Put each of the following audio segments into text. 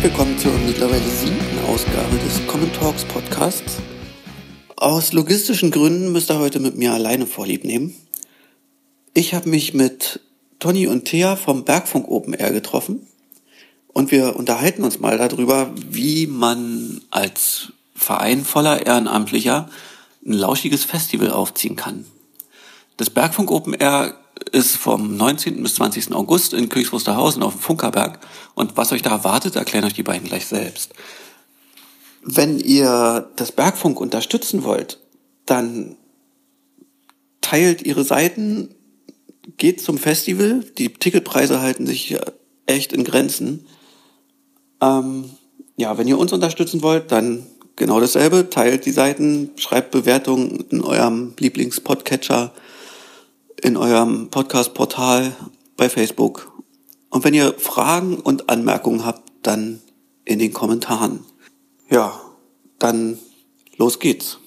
willkommen zur mittlerweile 7. Ausgabe des Common Talks Podcasts. Aus logistischen Gründen müsst ihr heute mit mir alleine Vorlieb nehmen. Ich habe mich mit Toni und Thea vom Bergfunk Open Air getroffen und wir unterhalten uns mal darüber, wie man als Verein voller Ehrenamtlicher ein lauschiges Festival aufziehen kann. Das Bergfunk Open Air ist vom 19. bis 20. August in Königs Wusterhausen auf dem Funkerberg. Und was euch da erwartet, erklären euch die beiden gleich selbst. Wenn ihr das Bergfunk unterstützen wollt, dann teilt ihre Seiten, geht zum Festival. Die Ticketpreise halten sich echt in Grenzen. Wenn ihr uns unterstützen wollt, dann genau dasselbe. Teilt die Seiten, schreibt Bewertungen in eurem Lieblingspodcatcher, in eurem Podcast-Portal, bei Facebook. Und wenn ihr Fragen und Anmerkungen habt, dann in den Kommentaren. Ja, dann los geht's.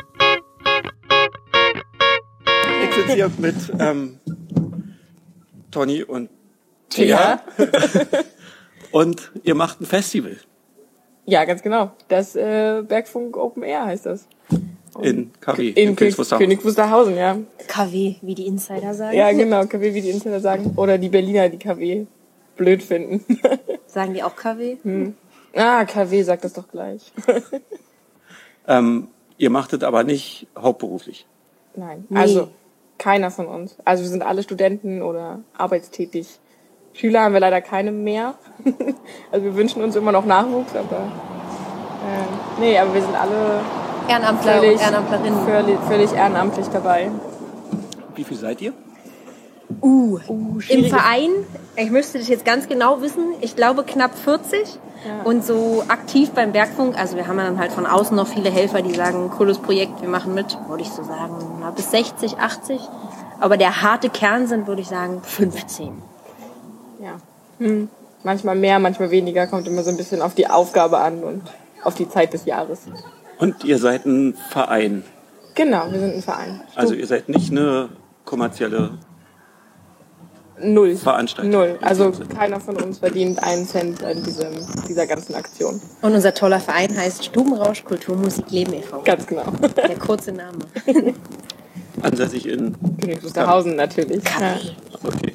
Ich sitze hier mit Toni und Thea. Und ihr macht ein Festival. Ja, ganz genau. Das Bergfunk Open Air heißt das. In KW, in Königs Wusterhausen, ja. KW, wie die Insider sagen. Ja, genau, KW, wie die Insider sagen. Oder die Berliner, die KW blöd finden. Sagen die auch KW? KW sagt das doch gleich. Ihr macht es aber nicht hauptberuflich. Nein, Nee. also keiner von uns. Also wir sind alle Studenten oder arbeitstätig. Schüler haben wir leider keine mehr. Also wir wünschen uns immer noch Nachwuchs, aber aber wir sind alle Ehrenamtler und Ehrenamtlerinnen. völlig ehrenamtlich dabei. Wie viel seid ihr? Im Verein, ich müsste das jetzt ganz genau wissen, ich glaube knapp 40. Ja. Und so aktiv beim Bergfunk, also wir haben ja dann halt von außen noch viele Helfer, die sagen, cooles Projekt, wir machen mit, würde ich so sagen, bis 60, 80. Aber der harte Kern sind, würde ich sagen, 15. Ja. Manchmal mehr, manchmal weniger, kommt immer so ein bisschen auf die Aufgabe an und auf die Zeit des Jahres. Und ihr seid ein Verein. Genau, wir sind ein Verein. Also ihr seid nicht eine kommerzielle Null. Veranstaltung. Null. Also keiner von uns verdient einen Cent an dieser ganzen Aktion. Und unser toller Verein heißt Stubenrausch Kultur Musik Leben e.V. Ganz genau. Der kurze Name. Ansässig in Königs Wusterhausen natürlich. KW. Okay.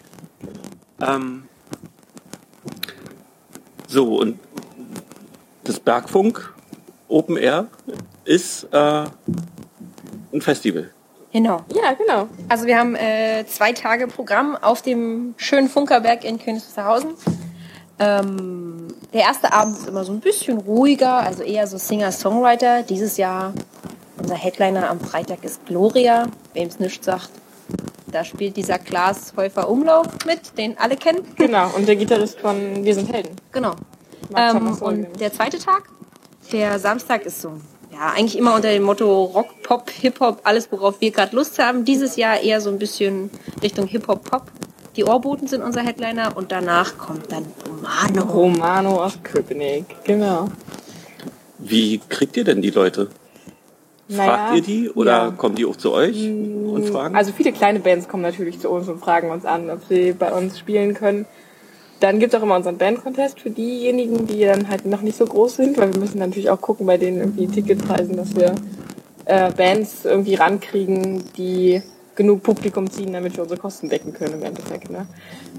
Und das Bergfunk Open Air ist ein Festival. Genau. Ja, genau. Also wir haben 2 Tage Programm auf dem schönen Funkerberg in Königs Wusterhausen. Der erste Abend ist immer so ein bisschen ruhiger, also eher so Singer-Songwriter. Dieses Jahr, unser Headliner am Freitag ist Gloria, wem es nichts sagt. Da spielt dieser Klaas Häufer Umlauf mit, den alle kennen. Genau, und der Gitarrist von Wir sind Helden. Genau. Max Hammersohn. Und der zweite Tag, der Samstag ist so, ja, eigentlich immer unter dem Motto Rock, Pop, Hip-Hop, alles, worauf wir gerade Lust haben. Dieses Jahr eher so ein bisschen Richtung Hip-Hop, Pop. Die Ohrboten sind unser Headliner und danach kommt dann Romano aus Köpenick, genau. Wie kriegt ihr denn die Leute? Fragt ihr die oder kommen die auch zu euch und fragen? Also viele kleine Bands kommen natürlich zu uns und fragen uns an, ob sie bei uns spielen können. Dann gibt es auch immer unseren Band-Contest für diejenigen, die dann halt noch nicht so groß sind, weil wir müssen natürlich auch gucken bei denen irgendwie Ticketpreisen, dass wir Bands irgendwie rankriegen, die genug Publikum ziehen, damit wir unsere Kosten decken können im Endeffekt. Ne?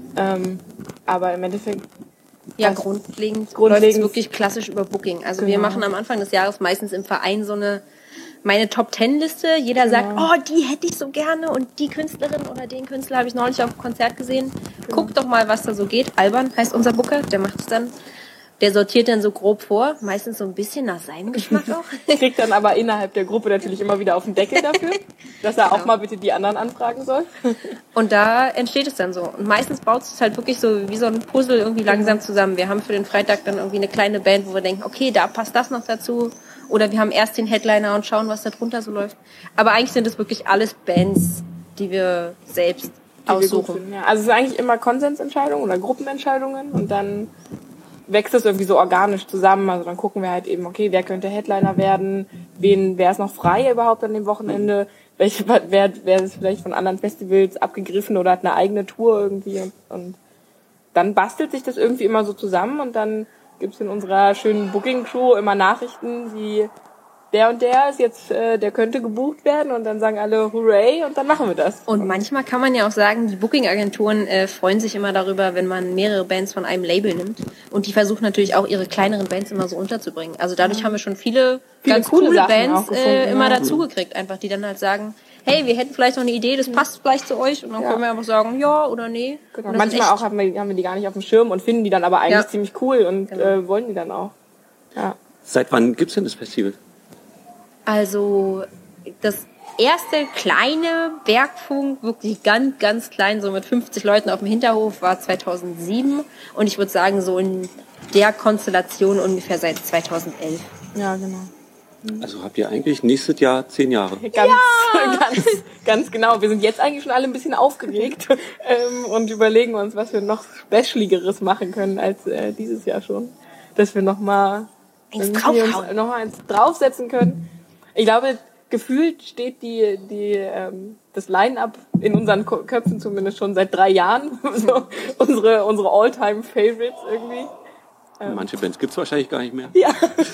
Aber im Endeffekt... Ja, grundlegend läuft es wirklich klassisch über Booking. Also wir machen am Anfang des Jahres meistens im Verein so meine Top-10-Liste. Jeder sagt, die hätte ich so gerne und die Künstlerin oder den Künstler habe ich neulich auf dem Konzert gesehen. Guck doch mal, was da so geht. Alban heißt unser Booker, der macht es dann. Der sortiert dann so grob vor, meistens so ein bisschen nach seinem Geschmack auch. Kriegt dann aber innerhalb der Gruppe natürlich immer wieder auf den Deckel dafür, dass er auch mal bitte die anderen anfragen soll. Und da entsteht es dann so. Und meistens baut es halt wirklich so wie so ein Puzzle irgendwie langsam zusammen. Wir haben für den Freitag dann irgendwie eine kleine Band, wo wir denken, okay, da passt das noch dazu. Oder wir haben erst den Headliner und schauen, was da drunter so läuft. Aber eigentlich sind es wirklich alles Bands, die wir selbst aussuchen. Ja. Also es sind eigentlich immer Konsensentscheidungen oder Gruppenentscheidungen und dann wächst es irgendwie so organisch zusammen. Also dann gucken wir halt eben, okay, wer könnte Headliner werden, wer ist noch frei überhaupt an dem Wochenende, wer ist vielleicht von anderen Festivals abgegriffen oder hat eine eigene Tour irgendwie und dann bastelt sich das irgendwie immer so zusammen und dann gibt's in unserer schönen Booking-Crew immer Nachrichten, wie der und der ist jetzt, der könnte gebucht werden und dann sagen alle Hooray und dann machen wir das. Und manchmal kann man ja auch sagen, die Booking-Agenturen freuen sich immer darüber, wenn man mehrere Bands von einem Label nimmt. Und die versuchen natürlich auch ihre kleineren Bands immer so unterzubringen. Also dadurch haben wir schon viele ganz coole Bands immer dazugekriegt, einfach, die dann halt sagen, hey, wir hätten vielleicht noch eine Idee, das passt vielleicht zu euch. Und dann können wir einfach sagen, ja oder nee. Genau. Manchmal auch haben wir die gar nicht auf dem Schirm und finden die dann aber eigentlich ziemlich cool und wollen die dann auch. Ja. Seit wann gibt's denn das Festival? Also das erste kleine Bergfunk, wirklich ganz, ganz klein, so mit 50 Leuten auf dem Hinterhof, war 2007. Und ich würde sagen, so in der Konstellation ungefähr seit 2011. Ja, genau. Also habt ihr eigentlich nächstes Jahr 10 Jahre? Ganz genau. Wir sind jetzt eigentlich schon alle ein bisschen aufgeregt und überlegen uns, was wir noch Specialigeres machen können als dieses Jahr schon. Dass wir noch mal eins draufsetzen können. Ich glaube, gefühlt steht das Line-Up in unseren Köpfen zumindest schon seit 3 Jahren. So unsere All-Time-Favorites irgendwie. Manche Bands gibt's wahrscheinlich gar nicht mehr. Ja.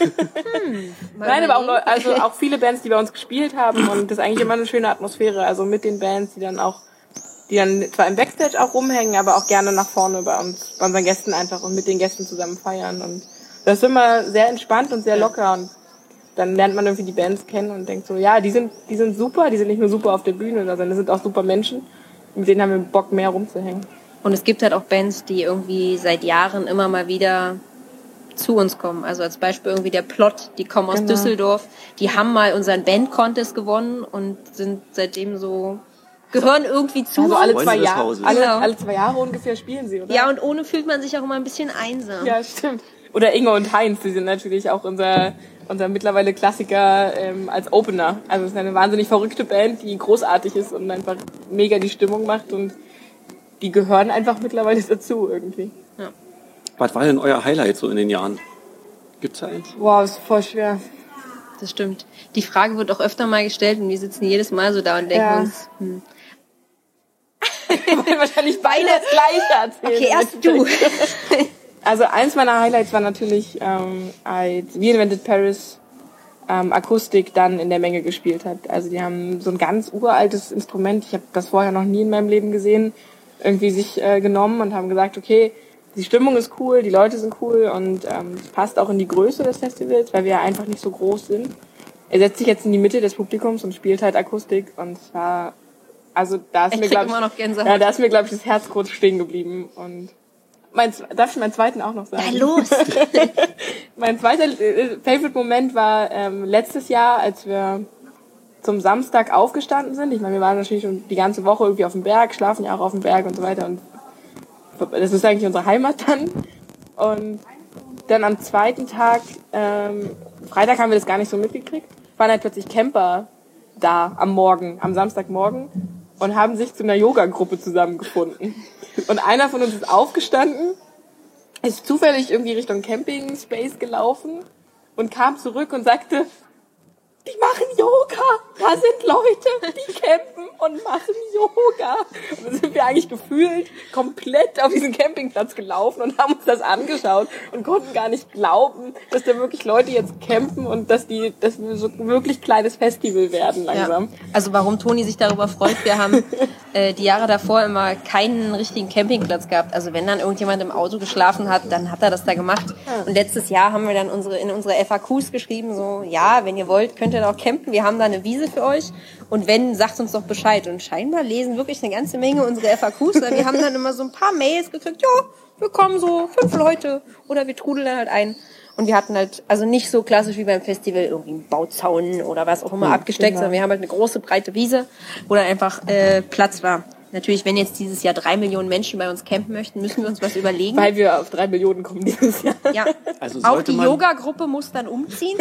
Nein, aber auch viele Bands, die bei uns gespielt haben und das ist eigentlich immer eine schöne Atmosphäre. Also mit den Bands, die dann zwar im Backstage auch rumhängen, aber auch gerne nach vorne bei unseren Gästen einfach und mit den Gästen zusammen feiern. Und das ist immer sehr entspannt und sehr locker und dann lernt man irgendwie die Bands kennen und denkt so, ja, die sind super, die sind nicht nur super auf der Bühne, sondern das sind auch super Menschen. Mit denen haben wir Bock, mehr rumzuhängen. Und es gibt halt auch Bands, die irgendwie seit Jahren immer mal wieder zu uns kommen. Also als Beispiel irgendwie der Plot, die kommen aus Düsseldorf, die haben mal unseren Band-Contest gewonnen und sind seitdem so, gehören irgendwie zu. Also alle 2 Jahre, alle 2 Jahre ungefähr spielen sie, oder? Ja, und ohne fühlt man sich auch immer ein bisschen einsam. Ja, stimmt. Oder Inge und Heinz, die sind natürlich auch unser mittlerweile Klassiker als Opener. Also es ist eine wahnsinnig verrückte Band, die großartig ist und einfach mega die Stimmung macht und die gehören einfach mittlerweile dazu irgendwie. Ja. Was war denn euer Highlight so in den Jahren? Gibt's da eins? Wow, ist voll schwer. Das stimmt. Die Frage wird auch öfter mal gestellt und wir sitzen jedes Mal so da und denken uns, Weil wahrscheinlich beide das Gleiche erzählen. Okay, erst du. Also eins meiner Highlights war natürlich, als We Invented Paris Akustik dann in der Menge gespielt hat. Also die haben so ein ganz uraltes Instrument, ich habe das vorher noch nie in meinem Leben gesehen, irgendwie sich genommen und haben gesagt, okay, die Stimmung ist cool, die Leute sind cool und es passt auch in die Größe des Festivals, weil wir ja einfach nicht so groß sind. Er setzt sich jetzt in die Mitte des Publikums und spielt halt Akustik und es war, also da ist mir, glaube ich, das Herz kurz stehen geblieben und darf ich meinen zweiten auch noch sagen? Ja, los! Mein zweiter Favorite-Moment war letztes Jahr, als wir zum Samstag aufgestanden sind. Ich meine, wir waren natürlich schon die ganze Woche irgendwie auf dem Berg, schlafen ja auch auf dem Berg und so weiter. Und das ist eigentlich unsere Heimat dann. Und dann am zweiten Tag, Freitag haben wir das gar nicht so mitgekriegt, waren halt plötzlich Camper da am Samstagmorgen und haben sich zu einer Yoga-Gruppe zusammengefunden. Und einer von uns ist aufgestanden, ist zufällig irgendwie Richtung Camping Space gelaufen und kam zurück und sagte, die machen Yoga, da sind Leute, die campen und machen Yoga. Und dann sind wir eigentlich gefühlt komplett auf diesen Campingplatz gelaufen und haben uns das angeschaut und konnten gar nicht glauben, dass da wirklich Leute jetzt campen und dass wir so ein wirklich kleines Festival werden langsam. Ja. Also warum Toni sich darüber freut, wir haben die Jahre davor immer keinen richtigen Campingplatz gehabt. Also wenn dann irgendjemand im Auto geschlafen hat, dann hat er das da gemacht. Ja. Und letztes Jahr haben wir dann in unsere FAQs geschrieben, so, ja, wenn ihr wollt, könnt ihr da auch campen. Wir haben da eine Wiese für euch. Und wenn, sagt uns doch Bescheid. Und scheinbar lesen wirklich eine ganze Menge unsere FAQs, weil wir haben dann immer so ein paar Mails gekriegt, ja, wir kommen so 5 Leute oder wir trudeln dann halt ein. Und wir hatten halt, also nicht so klassisch wie beim Festival, irgendwie einen Bauzaun oder was auch immer abgesteckt, sondern wir haben halt eine große, breite Wiese, wo dann einfach Platz war. Natürlich, wenn jetzt dieses Jahr 3 Millionen Menschen bei uns campen möchten, müssen wir uns was überlegen. Weil wir auf 3 Millionen kommen dieses Jahr. Ja, also auch die Yoga-Gruppe muss dann umziehen.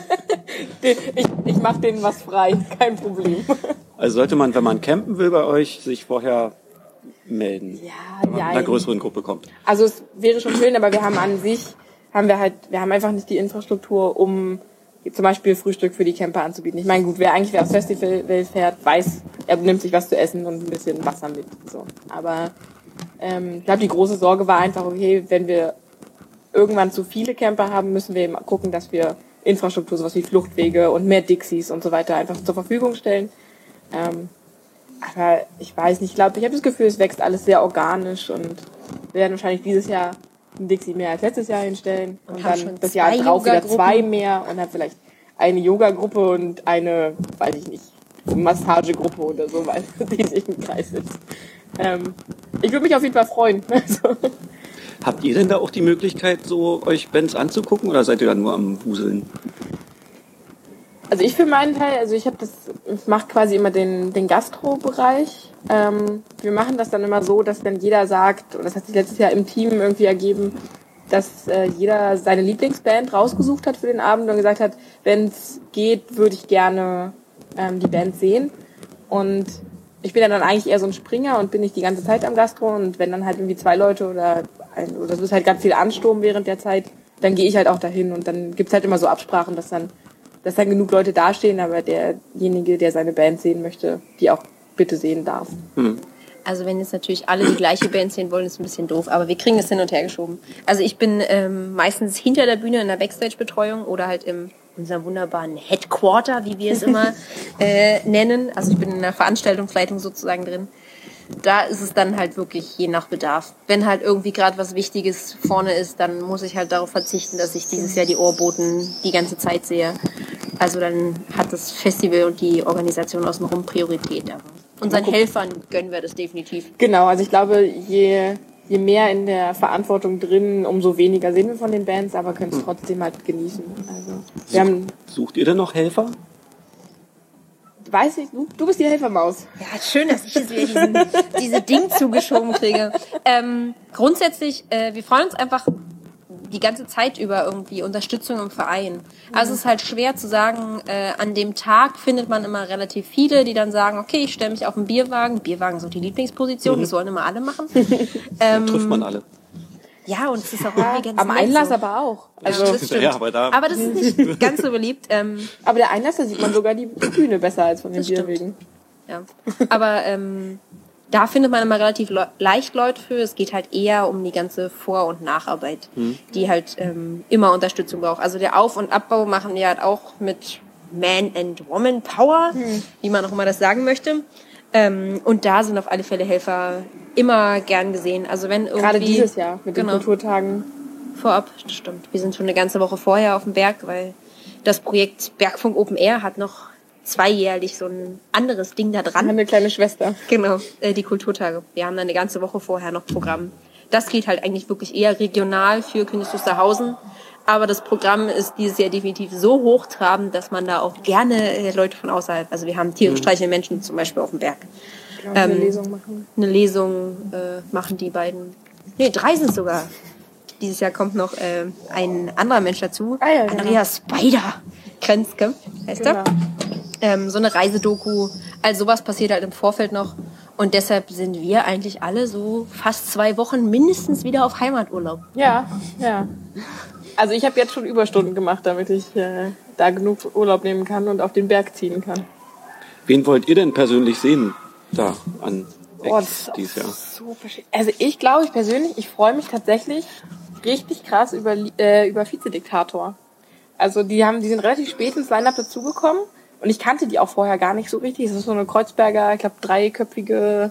Ich mache denen was frei, kein Problem. Also sollte man, wenn man campen will bei euch, sich vorher melden, wenn man mit einer größeren Gruppe kommt. Also es wäre schon schön, aber wir haben einfach nicht die Infrastruktur, um zum Beispiel Frühstück für die Camper anzubieten. Ich meine, gut, wer aufs Festival fährt, weiß, er nimmt sich was zu essen und ein bisschen Wasser mit. So. Aber ich glaube, die große Sorge war einfach, okay, wenn wir irgendwann zu viele Camper haben, müssen wir eben gucken, dass wir Infrastruktur, sowas wie Fluchtwege und mehr Dixies und so weiter einfach zur Verfügung stellen. Aber ich weiß nicht, ich habe das Gefühl, es wächst alles sehr organisch und wir werden wahrscheinlich dieses Jahr ein Dixie mehr als letztes Jahr hinstellen und dann das Jahr drauf wieder 2 mehr und dann vielleicht eine Yoga-Gruppe und eine, weiß ich nicht, Massagegruppe oder so, weil die sich im Kreis sitzt. Ich würde mich auf jeden Fall freuen. Also. Habt ihr denn da auch die Möglichkeit, so euch Bands anzugucken oder seid ihr dann nur am Wuseln? Also ich für meinen Teil, ich mache quasi immer den Gastro-Bereich. Wir machen das dann immer so, dass dann jeder sagt, und das hat sich letztes Jahr im Team irgendwie ergeben, dass jeder seine Lieblingsband rausgesucht hat für den Abend und gesagt hat, wenn es geht, würde ich gerne die Band sehen. Und ich bin dann eigentlich eher so ein Springer und bin nicht die ganze Zeit am Gastro. Und wenn dann halt irgendwie 2 Leute oder es ist halt ganz viel Ansturm während der Zeit, dann gehe ich halt auch dahin. Und dann gibt's halt immer so Absprachen, dass dann genug Leute dastehen, aber derjenige, der seine Band sehen möchte, die auch bitte sehen darf. Also wenn jetzt natürlich alle die gleiche Band sehen wollen, ist ein bisschen doof, aber wir kriegen das hin und her geschoben. Also ich bin meistens hinter der Bühne in der Backstage-Betreuung oder halt in unserem wunderbaren Headquarter, wie wir es immer nennen. Also ich bin in der Veranstaltungsleitung sozusagen drin. Da ist es dann halt wirklich je nach Bedarf. Wenn halt irgendwie gerade was Wichtiges vorne ist, dann muss ich halt darauf verzichten, dass ich dieses Jahr die Ohrboten die ganze Zeit sehe. Also dann hat das Festival und die Organisation außenrum Priorität. Aber unseren Helfern gönnen wir das definitiv. Genau, also ich glaube, je mehr in der Verantwortung drin, umso weniger sehen wir von den Bands, aber können es trotzdem halt genießen. Also Sucht ihr denn noch Helfer? Weiß ich, du bist die Helfermaus. Ja, schön, dass ich jetzt wieder diese Ding zugeschoben kriege. Grundsätzlich, wir freuen uns einfach die ganze Zeit über irgendwie Unterstützung im Verein. Also es ist halt schwer zu sagen, an dem Tag findet man immer relativ viele, die dann sagen, okay, ich stelle mich auf einen Bierwagen. Bierwagen ist so die Lieblingsposition, das sollen immer alle machen. Trifft man alle. Ja, und es ist auch irgendwie ganz am nett Einlass so. aber auch. Also das stimmt. Ja, aber das ist nicht ganz so beliebt. Aber der Einlass, da sieht man sogar die Bühne besser als von den Das stimmt. Bierwegen. Ja. Aber da findet man immer relativ leicht Leute für. Es geht halt eher um die ganze Vor- und Nacharbeit, die halt immer Unterstützung braucht. Also der Auf- und Abbau machen wir halt auch mit Man and Woman Power, wie man auch immer das sagen möchte. Und da sind auf alle Fälle Helfer immer gern gesehen. Also wenn irgendwie Gerade dieses Jahr mit den Kulturtagen. Vorab, das stimmt. Wir sind schon eine ganze Woche vorher auf dem Berg, weil das Projekt Bergfunk Open Air hat noch 2-jährlich so ein anderes Ding da dran. Eine kleine Schwester. Genau, die Kulturtage. Wir haben dann eine ganze Woche vorher noch Programm. Das geht halt eigentlich wirklich eher regional für Königs Wusterhausen. Aber das Programm ist dieses Jahr definitiv so hochtrabend, dass man da auch gerne Leute von außerhalb, also wir haben Tiere streicheln Menschen zum Beispiel auf dem Berg. Genau, eine Lesung machen. Eine Lesung machen die beiden. 3 sind sogar. Dieses Jahr kommt noch ein anderer Mensch dazu. Ah, ja, genau. Andreas Spider-Kränzke heißt er. So eine Reisedoku. Also sowas passiert halt im Vorfeld noch. Und deshalb sind wir eigentlich alle so fast 2 Wochen mindestens wieder auf Heimaturlaub. Ja. Also ich habe jetzt schon Überstunden gemacht, damit ich da genug Urlaub nehmen kann und auf den Berg ziehen kann. Wen wollt ihr denn persönlich sehen da an Acts dieses Jahr? So also ich glaube, ich freue mich tatsächlich richtig krass über Vizediktator. Also die sind relativ spät ins Line-Up dazugekommen und ich kannte die auch vorher gar nicht so richtig. Das ist so eine Kreuzberger, ich glaube 3-köpfige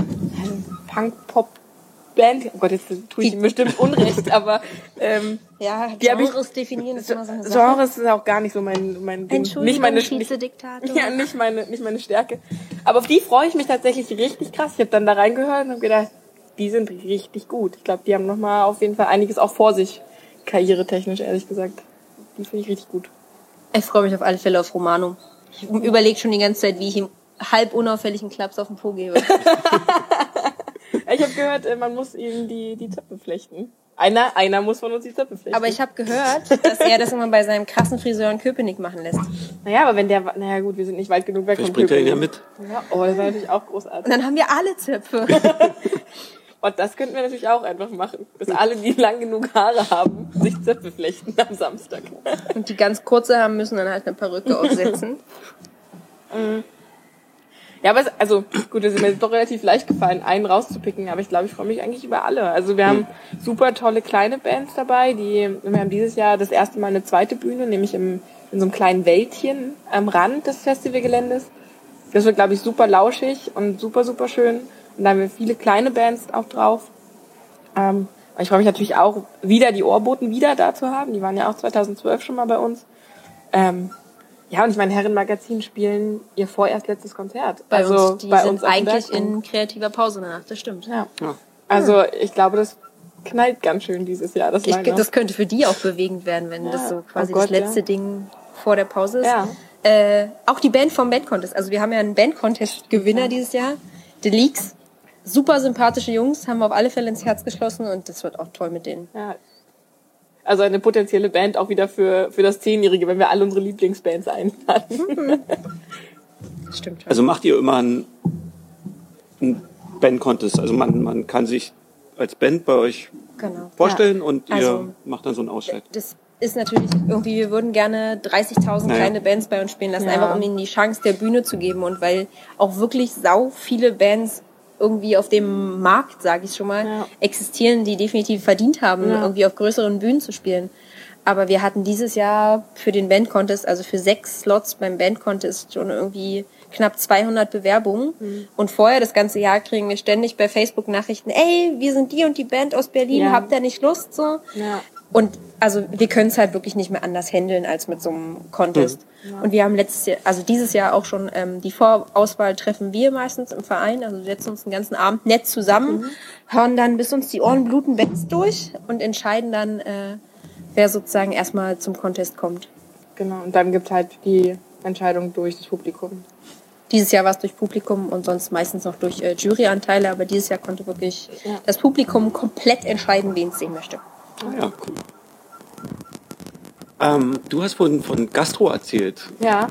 Punk-Pop-Band. Oh Gott, jetzt tue ich ihm bestimmt Unrecht, aber ja, die Genres definieren ist immer so eine Sache. Genres ist auch gar nicht so mein Ding. Entschuldigung, nicht meine Vizediktator. Ja, nicht meine Stärke. Aber auf die freue ich mich tatsächlich richtig krass. Ich habe dann da reingehört und habe gedacht, die sind richtig gut. Ich glaube, die haben nochmal auf jeden Fall einiges auch vor sich, karrieretechnisch, ehrlich gesagt. Die finde ich richtig gut. Ich freue mich auf alle Fälle auf Romano. Ich überlege schon die ganze Zeit, wie ich ihm halb unauffälligen Klaps auf den Po gebe. Ich habe gehört, man muss ihm die Zöpfe flechten. Einer muss von uns die Zöpfe flechten. Aber ich habe gehört, dass er das immer bei seinem krassen Friseur in Köpenick machen lässt. Naja, aber naja gut, wir sind nicht weit genug weg von Vielleicht bringt er ihn Köpenick. ja mit. Ja, das wäre natürlich auch großartig. Und dann haben wir alle Zöpfe. Und das könnten wir natürlich auch einfach machen. Bis alle, die lang genug Haare haben, sich Zöpfe flechten am Samstag. Und die ganz kurze haben, müssen dann halt eine Perücke aufsetzen. Ja, aber also gut, es ist mir doch relativ leicht gefallen, einen rauszupicken, aber ich glaube, ich freue mich eigentlich über alle. Also wir haben super tolle kleine Bands dabei, wir haben dieses Jahr das erste Mal eine zweite Bühne, nämlich in so einem kleinen Wäldchen am Rand des Festivalgeländes. Das wird, glaube ich, super lauschig und super, super schön. Und da haben wir viele kleine Bands auch drauf. Ich freue mich natürlich auch, wieder die Ohrboten wieder da zu haben. Die waren ja auch 2012 schon mal bei uns. Ja, und ich meine, Herrenmagazin spielen ihr vorerst letztes Konzert. Die sind uns eigentlich in kreativer Pause danach, das stimmt. Ja. Also ich glaube, das knallt ganz schön dieses Jahr. Das könnte für die auch bewegend werden, wenn das so quasi das letzte Ding vor der Pause ist. Ja. Auch die Band vom Bandcontest. Also wir haben ja einen Bandcontest-Gewinner dieses Jahr. The Leaks. Super sympathische Jungs, haben wir auf alle Fälle ins Herz geschlossen und das wird auch toll mit denen. Ja. Also eine potenzielle Band auch wieder für das 10-Jährige, wenn wir alle unsere Lieblingsbands einladen. Stimmt schon. Also macht ihr immer einen Band-Contest? Also man kann sich als Band bei euch vorstellen und ihr macht dann so einen Ausschlag. Das ist natürlich irgendwie, wir würden gerne 30.000 kleine Bands bei uns spielen lassen, einfach um ihnen die Chance der Bühne zu geben und weil auch wirklich sau viele Bands irgendwie auf dem Markt, sage ich schon mal, existieren, die definitiv verdient haben, irgendwie auf größeren Bühnen zu spielen. Aber wir hatten dieses Jahr für den Band-Contest, also für 6 Slots beim Band-Contest schon irgendwie knapp 200 Bewerbungen. Und vorher, das ganze Jahr, kriegen wir ständig bei Facebook Nachrichten, ey, wir sind die und die Band aus Berlin, habt ihr nicht Lust? So. Ja. Und also wir können es halt wirklich nicht mehr anders handeln als mit so einem Contest. Ja. Und wir haben dieses Jahr auch schon die Vorauswahl treffen wir meistens im Verein. Also wir setzen uns den ganzen Abend nett zusammen, hören dann bis uns die Ohren bluten Bands durch und entscheiden dann, wer sozusagen erstmal zum Contest kommt. Genau, und dann gibt's halt die Entscheidung durch das Publikum. Dieses Jahr war es durch Publikum und sonst meistens noch durch Juryanteile, aber dieses Jahr konnte wirklich das Publikum komplett entscheiden, wen es sehen möchte. Ah ja, cool. Du hast von Gastro erzählt. Ja.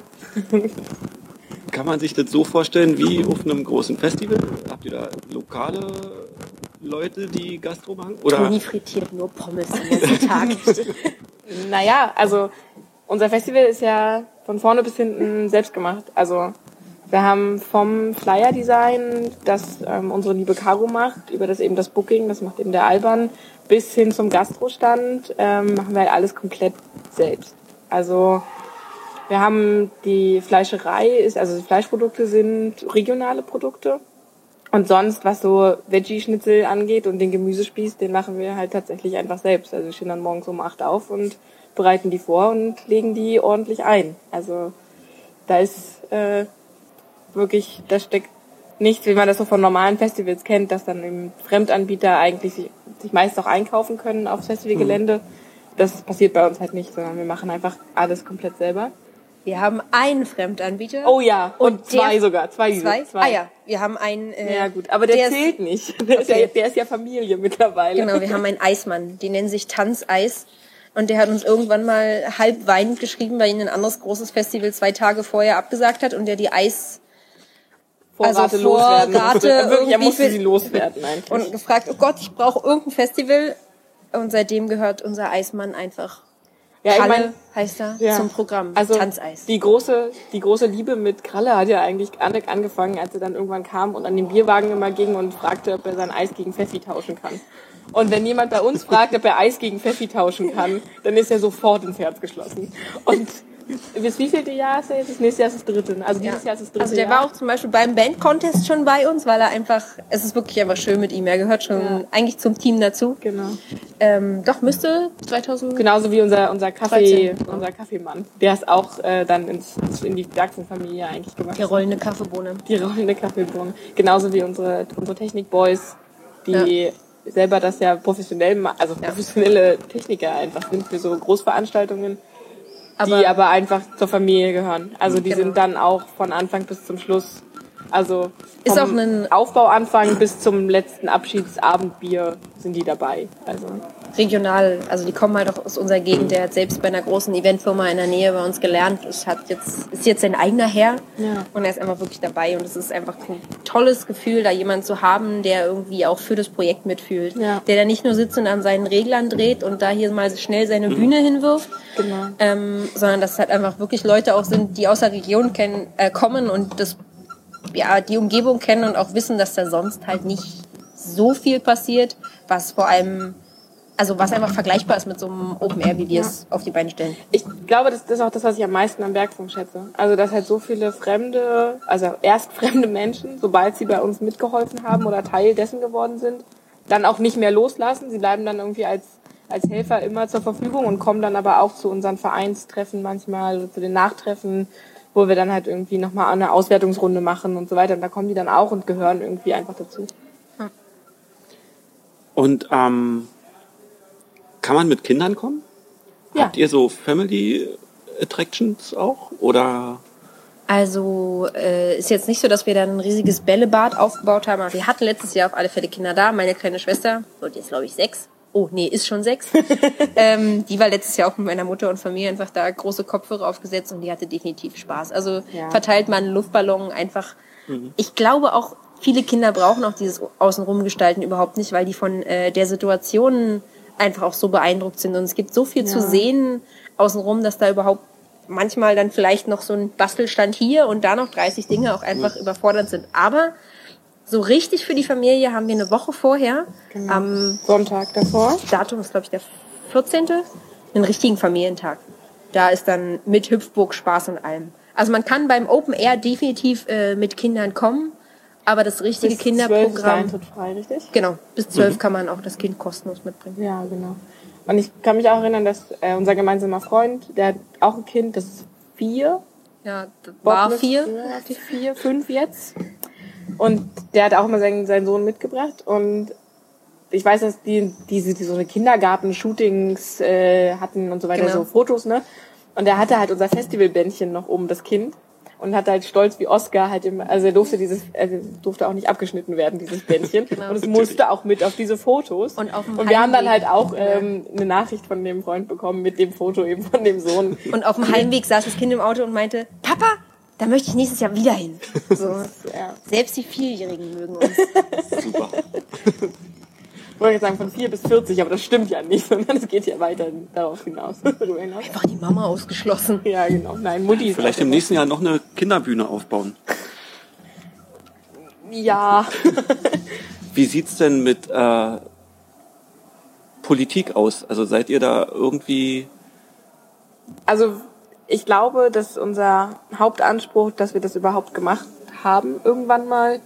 Kann man sich das so vorstellen wie auf einem großen Festival? Habt ihr da lokale Leute, die Gastro machen? Oder? Toni frittiert nur Pommes den ganzen Tag. Naja, also unser Festival ist ja von vorne bis hinten selbst gemacht. Also wir haben vom Flyer-Design, das unsere liebe Caro macht, über das Booking, das macht eben der Alban, bis hin zum Gastrostand, machen wir halt alles komplett selbst. Also wir haben die Fleischerei, also die Fleischprodukte sind regionale Produkte. Und sonst, was so Veggie-Schnitzel angeht und den Gemüsespieß, den machen wir halt tatsächlich einfach selbst. Also wir stehen dann morgens um 8 auf und bereiten die vor und legen die ordentlich ein. Also da ist wirklich, da steckt nichts, wie man das so von normalen Festivals kennt, dass dann eben Fremdanbieter eigentlich sich meist auch einkaufen können aufs Festivalgelände. Das passiert bei uns halt nicht, sondern wir machen einfach alles komplett selber. Wir haben einen Fremdanbieter. Oh ja, und zwei sogar. Zwei. Ah ja, wir haben einen... ja gut, aber der zählt nicht. Der ist ja Familie mittlerweile. Genau, wir haben einen Eismann, die nennen sich Tanzeis. Und der hat uns irgendwann mal halb weinend geschrieben, weil ihn ein anderes großes Festival 2 Tage vorher abgesagt hat und der die Vorrate loswerden. Wirklich, er musste sie loswerden eigentlich. Und gefragt, oh Gott, ich brauche irgendein Festival. Und seitdem gehört unser Eismann einfach, Kralle heißt er, zum Programm. Also Tanzeis. Die große Liebe mit Kralle hat ja eigentlich angefangen, als er dann irgendwann kam und an den Bierwagen immer ging und fragte, ob er sein Eis gegen Pfeffi tauschen kann. Und wenn jemand bei uns fragt, ob er Eis gegen Pfeffi tauschen kann, dann ist er sofort ins Herz geschlossen. Und bis wie vielte Jahr ist er jetzt? Das nächste Jahr ist das 3. Also dieses Jahr ist das 3. Also der war auch zum Beispiel beim Band-Contest schon bei uns, weil er einfach, es ist wirklich einfach schön mit ihm. Er gehört schon eigentlich zum Team dazu. Genau. Doch, müsste 2000... Genauso wie unser Kaffeemann. Der ist auch dann in die Jackson-Familie eigentlich gemacht. Die rollende Kaffeebohne. Genauso wie unsere Technik-Boys, die selber das ja professionelle Techniker einfach sind für so Großveranstaltungen. Die aber einfach zur Familie gehören. Also die sind dann auch von Anfang bis zum Schluss, also ist auch vom Aufbauanfang bis zum letzten Abschiedsabendbier sind die dabei. Also regional, also die kommen halt auch aus unserer Gegend. Der hat selbst bei einer großen Eventfirma in der Nähe bei uns gelernt. Ist jetzt sein eigener Herr und er ist einfach wirklich dabei. Und es ist einfach ein tolles Gefühl, da jemanden zu haben, der irgendwie auch für das Projekt mitfühlt. Ja. Der da nicht nur sitzt und an seinen Reglern dreht und da hier mal schnell seine Bühne hinwirft, sondern dass halt einfach wirklich Leute auch sind, die aus der Region kommen und das ja, die Umgebung kennen und auch wissen, dass da sonst halt nicht so viel passiert, was vor allem, also was einfach vergleichbar ist mit so einem Open Air, wie wir es auf die Beine stellen. Ich glaube, das ist auch das, was ich am meisten am Bergfunk schätze. Also, dass halt so viele erst fremde Menschen, sobald sie bei uns mitgeholfen haben oder Teil dessen geworden sind, dann auch nicht mehr loslassen. Sie bleiben dann irgendwie als Helfer immer zur Verfügung und kommen dann aber auch zu unseren Vereinstreffen manchmal oder zu den Nachtreffen, wo wir dann halt irgendwie nochmal eine Auswertungsrunde machen und so weiter. Und da kommen die dann auch und gehören irgendwie einfach dazu. Und kann man mit Kindern kommen? Ja. Habt ihr so Family Attractions auch? Oder? Also ist jetzt nicht so, dass wir dann ein riesiges Bällebad aufgebaut haben. Aber wir hatten letztes Jahr auf alle Fälle Kinder da. Meine kleine Schwester, wird jetzt glaube ich 6. Oh, nee, ist schon 6. Die war letztes Jahr auch mit meiner Mutter und Familie einfach da, große Kopfhörer aufgesetzt und die hatte definitiv Spaß. Also verteilt man einen Luftballon einfach. Ich glaube auch, viele Kinder brauchen auch dieses Außenrum-Gestalten überhaupt nicht, weil die von der Situation einfach auch so beeindruckt sind. Und es gibt so viel zu sehen außenrum, dass da überhaupt manchmal dann vielleicht noch so ein Bastelstand hier und da noch 30 Dinge auch einfach überfordert sind. Aber so richtig für die Familie haben wir eine Woche vorher, am Sonntag davor, Datum ist glaube ich der 14., einen richtigen Familientag. Da ist dann mit Hüpfburg Spaß und allem. Also man kann beim Open Air definitiv mit Kindern kommen, aber das richtige Kinderprogramm... Bis 12 ist der Eintritt frei, richtig? Genau, bis 12 kann man auch das Kind kostenlos mitbringen. Ja, genau. Und ich kann mich auch erinnern, dass unser gemeinsamer Freund, der hat auch ein Kind, das ist 4. Ja, war 4. 4, 5 jetzt. Und der hat auch immer seinen Sohn mitgebracht. Und ich weiß, dass die so eine Kindergarten-Shootings hatten und so weiter, so Fotos, ne? Und der hatte halt unser Festivalbändchen noch oben, das Kind. Und hatte halt stolz wie Oscar halt also er durfte auch nicht abgeschnitten werden, dieses Bändchen. Genau. Und es musste auch mit auf diese Fotos. Und wir haben dann halt auch eine Nachricht von dem Freund bekommen mit dem Foto eben von dem Sohn. Und auf dem Heimweg saß das Kind im Auto und meinte, Papa, da möchte ich nächstes Jahr wieder hin. So. Selbst die 4-Jährigen mögen uns. Super. Ich wollte jetzt sagen von 4 bis 40, aber das stimmt ja nicht, sondern es geht ja weiter darauf hinaus. Einfach die Mama ausgeschlossen. Ja, genau. Nein, Mutti ist vielleicht im nächsten Jahr noch eine Kinderbühne aufbauen. Ja. Wie sieht's denn mit Politik aus? Also seid ihr da irgendwie... Also ich glaube, dass unser Hauptanspruch, dass wir das überhaupt gemacht haben, irgendwann mal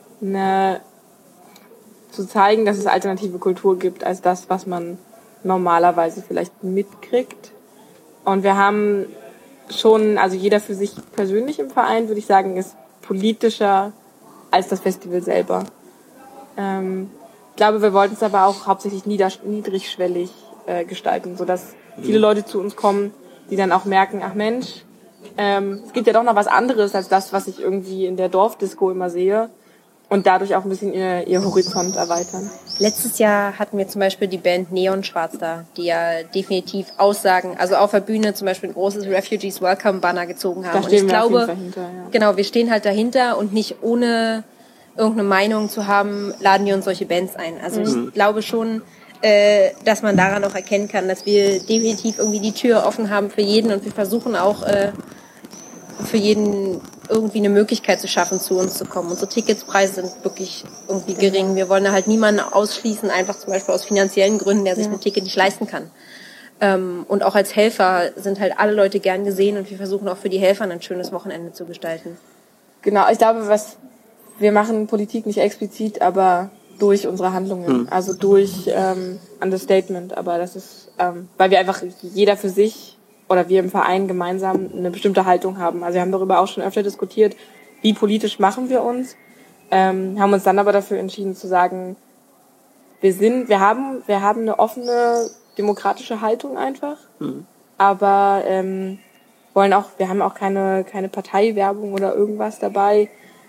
zu zeigen, dass es alternative Kultur gibt, als das, was man normalerweise vielleicht mitkriegt. Und wir haben schon, also jeder für sich persönlich im Verein, würde ich sagen, ist politischer als das Festival selber. Ich glaube, wir wollten es aber auch hauptsächlich niedrigschwellig gestalten, sodass viele Leute zu uns kommen, die dann auch merken, ach Mensch, es gibt ja doch noch was anderes als das, was ich irgendwie in der Dorfdisco immer sehe. Und dadurch auch ein bisschen ihr Horizont erweitern. Letztes Jahr hatten wir zum Beispiel die Band Neon Schwarz da, die ja definitiv Aussagen, also auf der Bühne zum Beispiel ein großes Refugees Welcome Banner gezogen haben. Da stehen wir auf jeden Fall dahinter, ja. Genau, wir stehen halt dahinter und nicht ohne irgendeine Meinung zu haben, laden wir uns solche Bands ein. Also ich glaube schon, dass man daran auch erkennen kann, dass wir definitiv irgendwie die Tür offen haben für jeden und wir versuchen auch für jeden irgendwie eine Möglichkeit zu schaffen, zu uns zu kommen. Unsere Ticketspreise sind wirklich irgendwie gering. Wir wollen da halt niemanden ausschließen, einfach zum Beispiel aus finanziellen Gründen, der sich ein Ticket nicht leisten kann. Und auch als Helfer sind halt alle Leute gern gesehen und wir versuchen auch für die Helfer ein schönes Wochenende zu gestalten. Genau, ich glaube, wir machen Politik nicht explizit, aber durch unsere Handlungen, also durch Understatement. Aber das ist, weil wir einfach jeder für sich oder wir im Verein gemeinsam eine bestimmte Haltung haben. Also wir haben darüber auch schon öfter diskutiert, wie politisch machen wir uns, haben uns dann aber dafür entschieden zu sagen, wir haben eine offene, demokratische Haltung einfach, aber wir haben auch keine Parteiwerbung oder irgendwas dabei,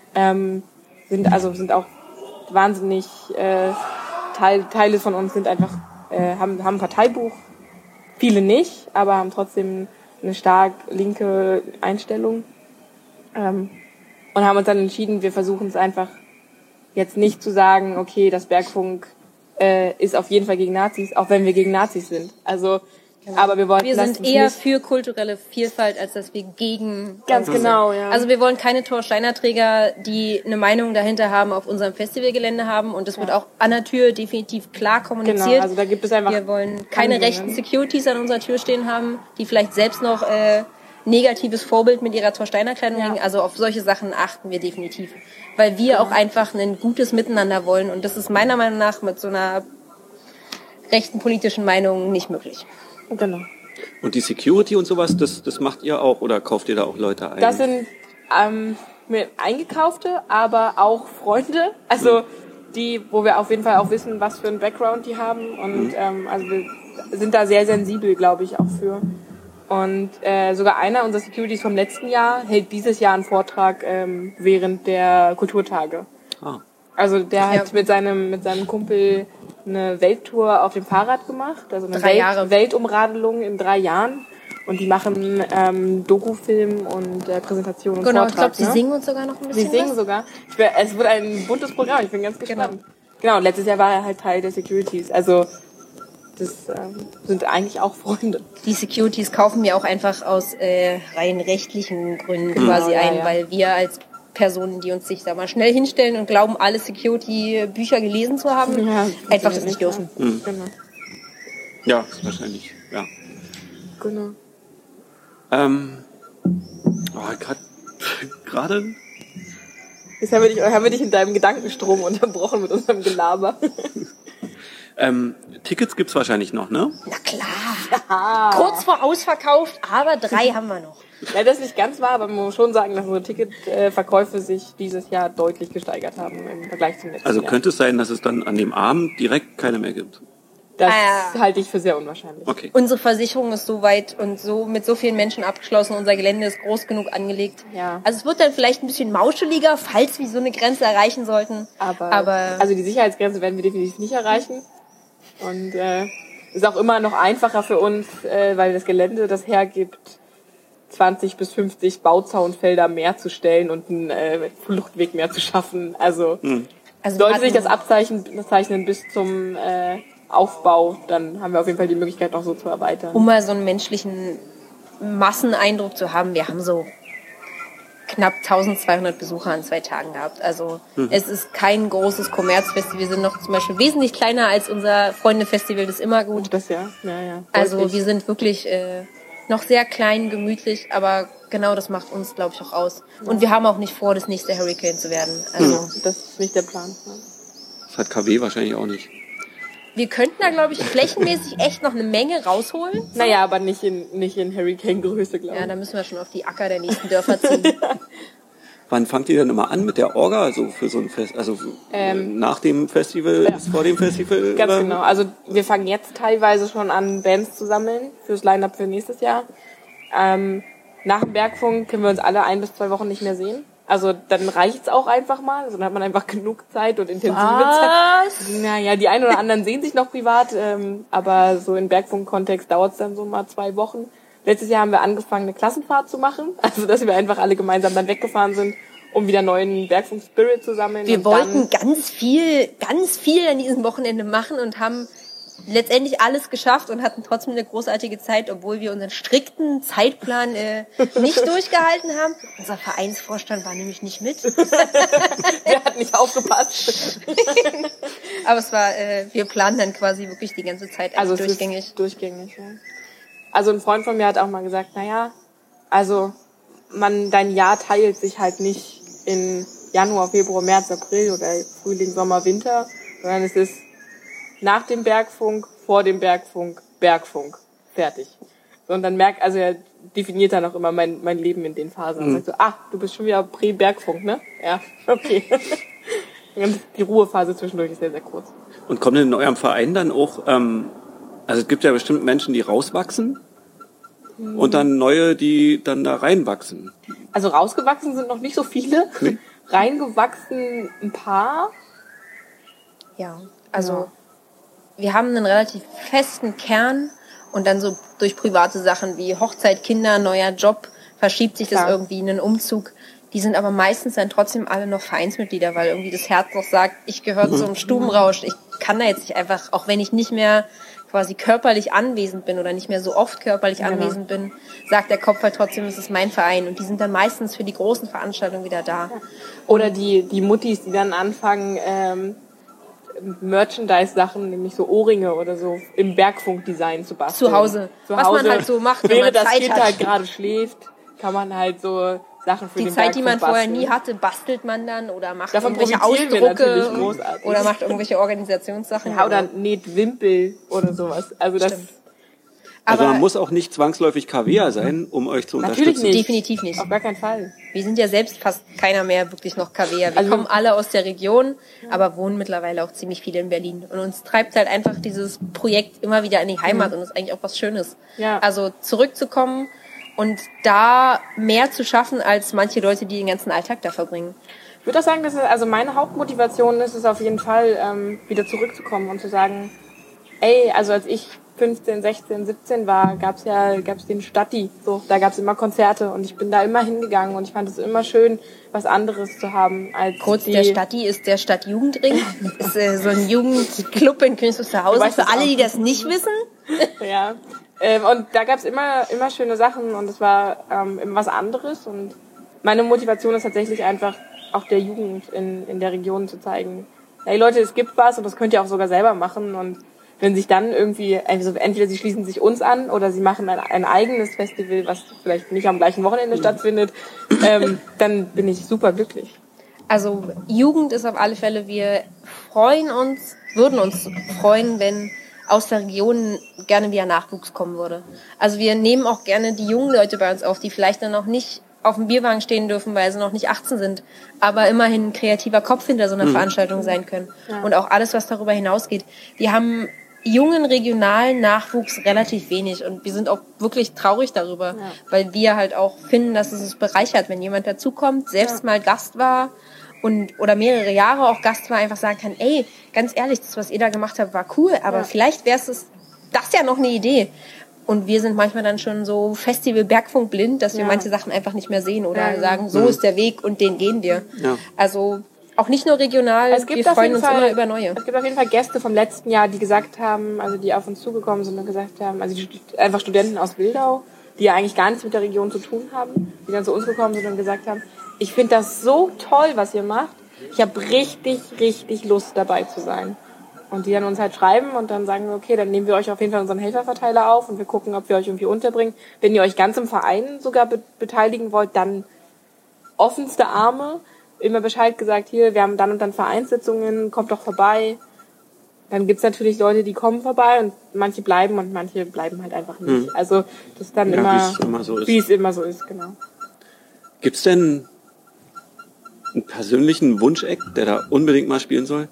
sind auch wahnsinnig, Teile von uns sind einfach, haben ein Parteibuch, viele nicht, aber haben trotzdem eine stark linke Einstellung. Und haben uns dann entschieden, wir versuchen es einfach jetzt nicht zu sagen, okay, das Bergfunk ist auf jeden Fall gegen Nazis, auch wenn wir gegen Nazis sind. Also Genau. Aber wir sind eher für kulturelle Vielfalt, als dass wir gegen... Ganz genau, ja. Also wir wollen keine Thor-Steiner-Träger, die eine Meinung dahinter haben, auf unserem Festivalgelände haben. Und das wird auch an der Tür definitiv klar kommuniziert. Genau, also da gibt es einfach... Wir wollen keine rechten Securities an unserer Tür stehen haben, die vielleicht selbst noch negatives Vorbild mit ihrer Thor-Steiner-Kleidung legen. Also auf solche Sachen achten wir definitiv. Weil wir auch einfach ein gutes Miteinander wollen. Und das ist meiner Meinung nach mit so einer rechten politischen Meinung nicht möglich. Genau. Und die Security und sowas, das macht ihr auch oder kauft ihr da auch Leute ein? Das sind eingekaufte, aber auch Freunde. Also die, wo wir auf jeden Fall auch wissen, was für einen Background die haben. Und also wir sind da sehr sensibel, glaube ich, auch für. Und sogar einer unserer Securities vom letzten Jahr hält dieses Jahr einen Vortrag während der Kulturtage. Ah. Also der hat mit seinem Kumpel eine Welttour auf dem Fahrrad gemacht, also eine Weltumradelung in 3 Jahren. Und die machen Dokufilm und Präsentation und Vortrag. Ich glaube, sie singen uns sogar noch ein bisschen. Sie singen sogar. Es wird ein buntes Programm, ich bin ganz gespannt. Genau, und letztes Jahr war er halt Teil der Securities. Also das sind eigentlich auch Freunde. Die Securities kaufen wir auch einfach aus rein rechtlichen Gründen quasi ein, weil wir als Personen, die uns sich da mal schnell hinstellen und glauben, alle Security-Bücher gelesen zu haben, einfach das nicht dürfen. Genau. Ja, ist wahrscheinlich, ja. Genau. Gerade... Jetzt haben wir dich in deinem Gedankenstrom unterbrochen mit unserem Gelaber. Tickets gibt's wahrscheinlich noch, ne? Na klar. Kurz vor ausverkauft, aber 3 haben wir noch. Ja, das ist nicht ganz wahr, aber man muss schon sagen, dass unsere Ticketverkäufe sich dieses Jahr deutlich gesteigert haben im Vergleich zum letzten Jahr. Also könnte es sein, dass es dann an dem Abend direkt keine mehr gibt? Das halte ich für sehr unwahrscheinlich. Okay. Unsere Versicherung ist so weit und so mit so vielen Menschen abgeschlossen. Unser Gelände ist groß genug angelegt. Ja. Also es wird dann vielleicht ein bisschen mauscheliger, falls wir so eine Grenze erreichen sollten. Aber also die Sicherheitsgrenze werden wir definitiv nicht erreichen. Und ist auch immer noch einfacher für uns, weil das Gelände das hergibt, 20 bis 50 Bauzaunfelder mehr zu stellen und einen Fluchtweg mehr zu schaffen. Also sollte sich das abzeichnen bis zum Aufbau, dann haben wir auf jeden Fall die Möglichkeit, noch so zu erweitern. Um mal so einen menschlichen Masseneindruck zu haben, wir haben so knapp 1200 Besucher an 2 Tagen gehabt. Also es ist kein großes Kommerzfestival. Wir sind noch zum Beispiel wesentlich kleiner als unser Freunde-Festival, das immer gut. Das ja. Also wir sind wirklich noch sehr klein, gemütlich, aber genau das macht uns, glaube ich, auch aus. Und wir haben auch nicht vor, das nächste Hurricane zu werden. Also das ist nicht der Plan. Das hat KW wahrscheinlich auch nicht. Wir könnten da, glaube ich, flächenmäßig echt noch eine Menge rausholen. Naja, aber nicht in Hurricane-Größe, glaube ich. Ja, da müssen wir schon auf die Acker der nächsten Dörfer ziehen. Wann fangt ihr denn immer an mit der Orga? Also für so ein Fest, also nach dem Festival, vor dem Festival? Ganz genau. Also wir fangen jetzt teilweise schon an, Bands zu sammeln fürs Line-Up für nächstes Jahr. Nach dem Bergfunk können wir uns alle 1 bis 2 Wochen nicht mehr sehen. Also dann reicht's auch einfach mal. Also dann hat man einfach genug Zeit und intensive Zeit. Naja, die einen oder anderen sehen sich noch privat, aber so im Bergfunk-Kontext dauert's dann so mal 2 Wochen. Letztes Jahr haben wir angefangen, eine Klassenfahrt zu machen. Also dass wir einfach alle gemeinsam dann weggefahren sind, um wieder neuen Bergfunk-Spirit zu sammeln. Wir wollten ganz viel an diesem Wochenende machen und haben letztendlich alles geschafft und hatten trotzdem eine großartige Zeit, obwohl wir unseren strikten Zeitplan nicht durchgehalten haben. Unser Vereinsvorstand war nämlich nicht mit. Der hat nicht aufgepasst. Aber es war, wir planen dann quasi wirklich die ganze Zeit also durchgängig. Durchgängig, ja. Also ein Freund von mir hat auch mal gesagt, also dein Jahr teilt sich halt nicht in Januar, Februar, März, April oder Frühling, Sommer, Winter, sondern es ist nach dem Bergfunk, vor dem Bergfunk, Bergfunk. Fertig. So, und dann er definiert dann auch immer mein Leben in den Phasen. Und sagt so, du bist schon wieder Prä-Bergfunk, ne? Ja, okay. Und die Ruhephase zwischendurch ist sehr, sehr kurz. Und kommt denn in eurem Verein dann auch, also es gibt ja bestimmt Menschen, die rauswachsen und dann neue, die dann da reinwachsen. Also rausgewachsen sind noch nicht so viele. Nee. Reingewachsen ein paar. Ja, also wir haben einen relativ festen Kern und dann so durch private Sachen wie Hochzeit, Kinder, neuer Job verschiebt sich das irgendwie in einen Umzug. Die sind aber meistens dann trotzdem alle noch Vereinsmitglieder, weil irgendwie das Herz noch sagt, ich gehöre zum Stubenrausch. Ich kann da jetzt nicht einfach, auch wenn ich nicht mehr quasi körperlich anwesend bin oder nicht mehr so oft körperlich anwesend bin, sagt der Kopf halt trotzdem, es ist mein Verein. Und die sind dann meistens für die großen Veranstaltungen wieder da. Oder die Muttis, die dann anfangen, Merchandise-Sachen, nämlich so Ohrringe oder so, im Bergfunk-Design zu basteln. Zu Hause. Was man halt so macht, wenn man während das Zeit Kind hat. halt gerade schläft, kann man halt so Sachen für Die den Zeit, die man Bergfunk vorher basteln. nie hatte, bastelt man dann oder macht Davon irgendwelche profitieren wir natürlich Ausdrucke großartig. oder macht irgendwelche Organisationssachen. Ja, oder näht Wimpel oder sowas. Also das Stimmt. Also Aber man muss auch nicht zwangsläufig KWer sein, um euch zu natürlich unterstützen. nicht. definitiv nicht. Auf gar keinen Fall. Wir sind ja selbst fast keiner mehr wirklich noch KWer. Wir kommen alle aus der Region, aber wohnen mittlerweile auch ziemlich viele in Berlin. Und uns treibt halt einfach dieses Projekt immer wieder in die Heimat und das ist eigentlich auch was Schönes. Ja. Also zurückzukommen und da mehr zu schaffen als manche Leute, die den ganzen Alltag da verbringen. Ich würde auch sagen, dass also meine Hauptmotivation ist es auf jeden Fall, wieder zurückzukommen und zu sagen, ey, also als ich 15, 16, 17 war, gab's den Stadti. So, da gab's immer Konzerte und ich bin da immer hingegangen und ich fand es immer schön, was anderes zu haben als Kurz, der Stadti ist der Stadtjugendring. Das ist so ein Jugendclub in Königs Wusterhausen. Du weißt Für es alle, auch. die das nicht wissen. Ja. Und da gab's immer schöne Sachen und es war immer was anderes und meine Motivation ist tatsächlich einfach auch der Jugend in der Region zu zeigen, hey Leute, es gibt was und das könnt ihr auch sogar selber machen und wenn sich dann irgendwie, entweder sie schließen sich uns an oder sie machen ein eigenes Festival, was vielleicht nicht am gleichen Wochenende stattfindet, dann bin ich super glücklich. Also Jugend ist auf alle Fälle, wir würden uns freuen, wenn aus der Region gerne wieder Nachwuchs kommen würde. Also wir nehmen auch gerne die jungen Leute bei uns auf, die vielleicht dann noch nicht auf dem Bierwagen stehen dürfen, weil sie noch nicht 18 sind, aber immerhin ein kreativer Kopf hinter so einer Veranstaltung sein können. Ja. Und auch alles, was darüber hinausgeht. Wir haben jungen regionalen Nachwuchs relativ wenig und wir sind auch wirklich traurig darüber, weil wir halt auch finden, dass es uns bereichert, wenn jemand dazukommt, selbst mal Gast war oder mehrere Jahre auch Gast war, einfach sagen kann, ey, ganz ehrlich, das, was ihr da gemacht habt, war cool, aber vielleicht wäre es das ja noch eine Idee. Und wir sind manchmal dann schon so Festival-Bergfunk blind, dass wir manche Sachen einfach nicht mehr sehen oder sagen, so ist der Weg und den gehen wir. Ja. Also auch nicht nur regional, wir freuen uns immer über neue. Es gibt auf jeden Fall Gäste vom letzten Jahr, die gesagt haben, also die auf uns zugekommen sind und gesagt haben, also einfach Studenten aus Wildau, die ja eigentlich gar nichts mit der Region zu tun haben, die dann zu uns gekommen sind und gesagt haben, ich finde das so toll, was ihr macht. Ich habe richtig, richtig Lust dabei zu sein. Und die dann uns halt schreiben und dann sagen wir, okay, dann nehmen wir euch auf jeden Fall unseren Helferverteiler auf und wir gucken, ob wir euch irgendwie unterbringen. Wenn ihr euch ganz im Verein sogar beteiligen wollt, dann offenste Arme. Immer Bescheid gesagt, hier, wir haben dann und dann Vereinssitzungen, kommt doch vorbei. Dann gibt's natürlich Leute, die kommen vorbei und manche bleiben und manche bleiben halt einfach nicht. Also das ist dann wie es immer so ist, genau. Gibt's denn einen persönlichen Wunscheck, der da unbedingt mal spielen soll?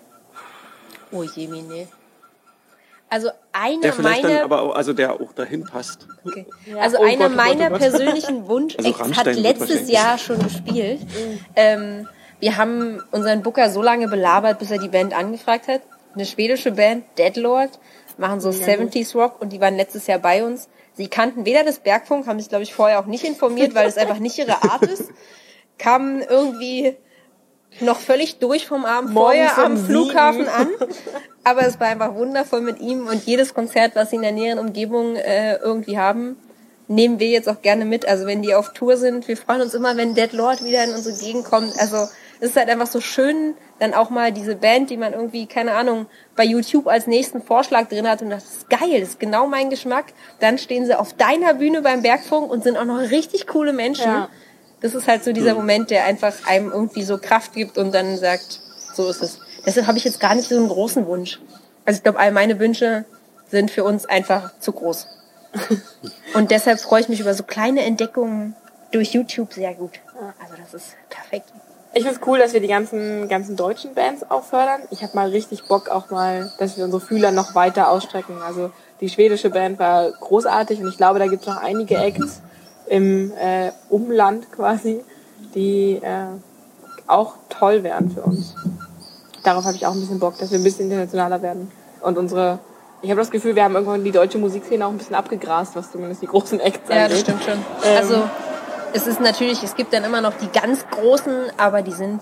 Oh je, Mine. Also der vielleicht dann aber auch, also der auch dahin passt. Okay. Ja, also einer meiner persönlichen Wunsch-Acts also hat letztes Jahr schon gespielt. Wir haben unseren Booker so lange belabert, bis er die Band angefragt hat. Eine schwedische Band, Deadlord, machen so 70s Rock und die waren letztes Jahr bei uns. Sie kannten weder das Bergfunk, haben sich, glaube ich, vorher auch nicht informiert, weil es einfach nicht ihre Art ist. Kamen irgendwie noch völlig durch vom Abend vorher am Flughafen an. Aber es war einfach wundervoll mit ihm und jedes Konzert, was sie in der näheren Umgebung irgendwie haben, nehmen wir jetzt auch gerne mit. Also wenn die auf Tour sind, wir freuen uns immer, wenn Deadlord wieder in unsere Gegend kommt. Also es ist halt einfach so schön, dann auch mal diese Band, die man irgendwie, keine Ahnung, bei YouTube als nächsten Vorschlag drin hat und das ist geil, das ist genau mein Geschmack. Dann stehen sie auf deiner Bühne beim Bergfunk und sind auch noch richtig coole Menschen. Ja. Das ist halt so dieser Moment, der einfach einem irgendwie so Kraft gibt und dann sagt, so ist es. Deshalb habe ich jetzt gar nicht so einen großen Wunsch. Also ich glaube, all meine Wünsche sind für uns einfach zu groß. Und deshalb freue ich mich über so kleine Entdeckungen durch YouTube sehr gut. Also das ist perfekt. Ich finde es cool, dass wir die ganzen deutschen Bands auch fördern. Ich habe mal richtig Bock auch mal, dass wir unsere Fühler noch weiter ausstrecken. Also die schwedische Band war großartig und ich glaube, da gibt es noch einige Acts im Umland quasi, die auch toll wären für uns. Darauf habe ich auch ein bisschen Bock, dass wir ein bisschen internationaler werden. Und ich habe das Gefühl, wir haben irgendwann die deutsche Musikszene auch ein bisschen abgegrast, was zumindest die großen Acts angeht. Ja, das stimmt schon. Also es ist natürlich, es gibt dann immer noch die ganz Großen, aber die sind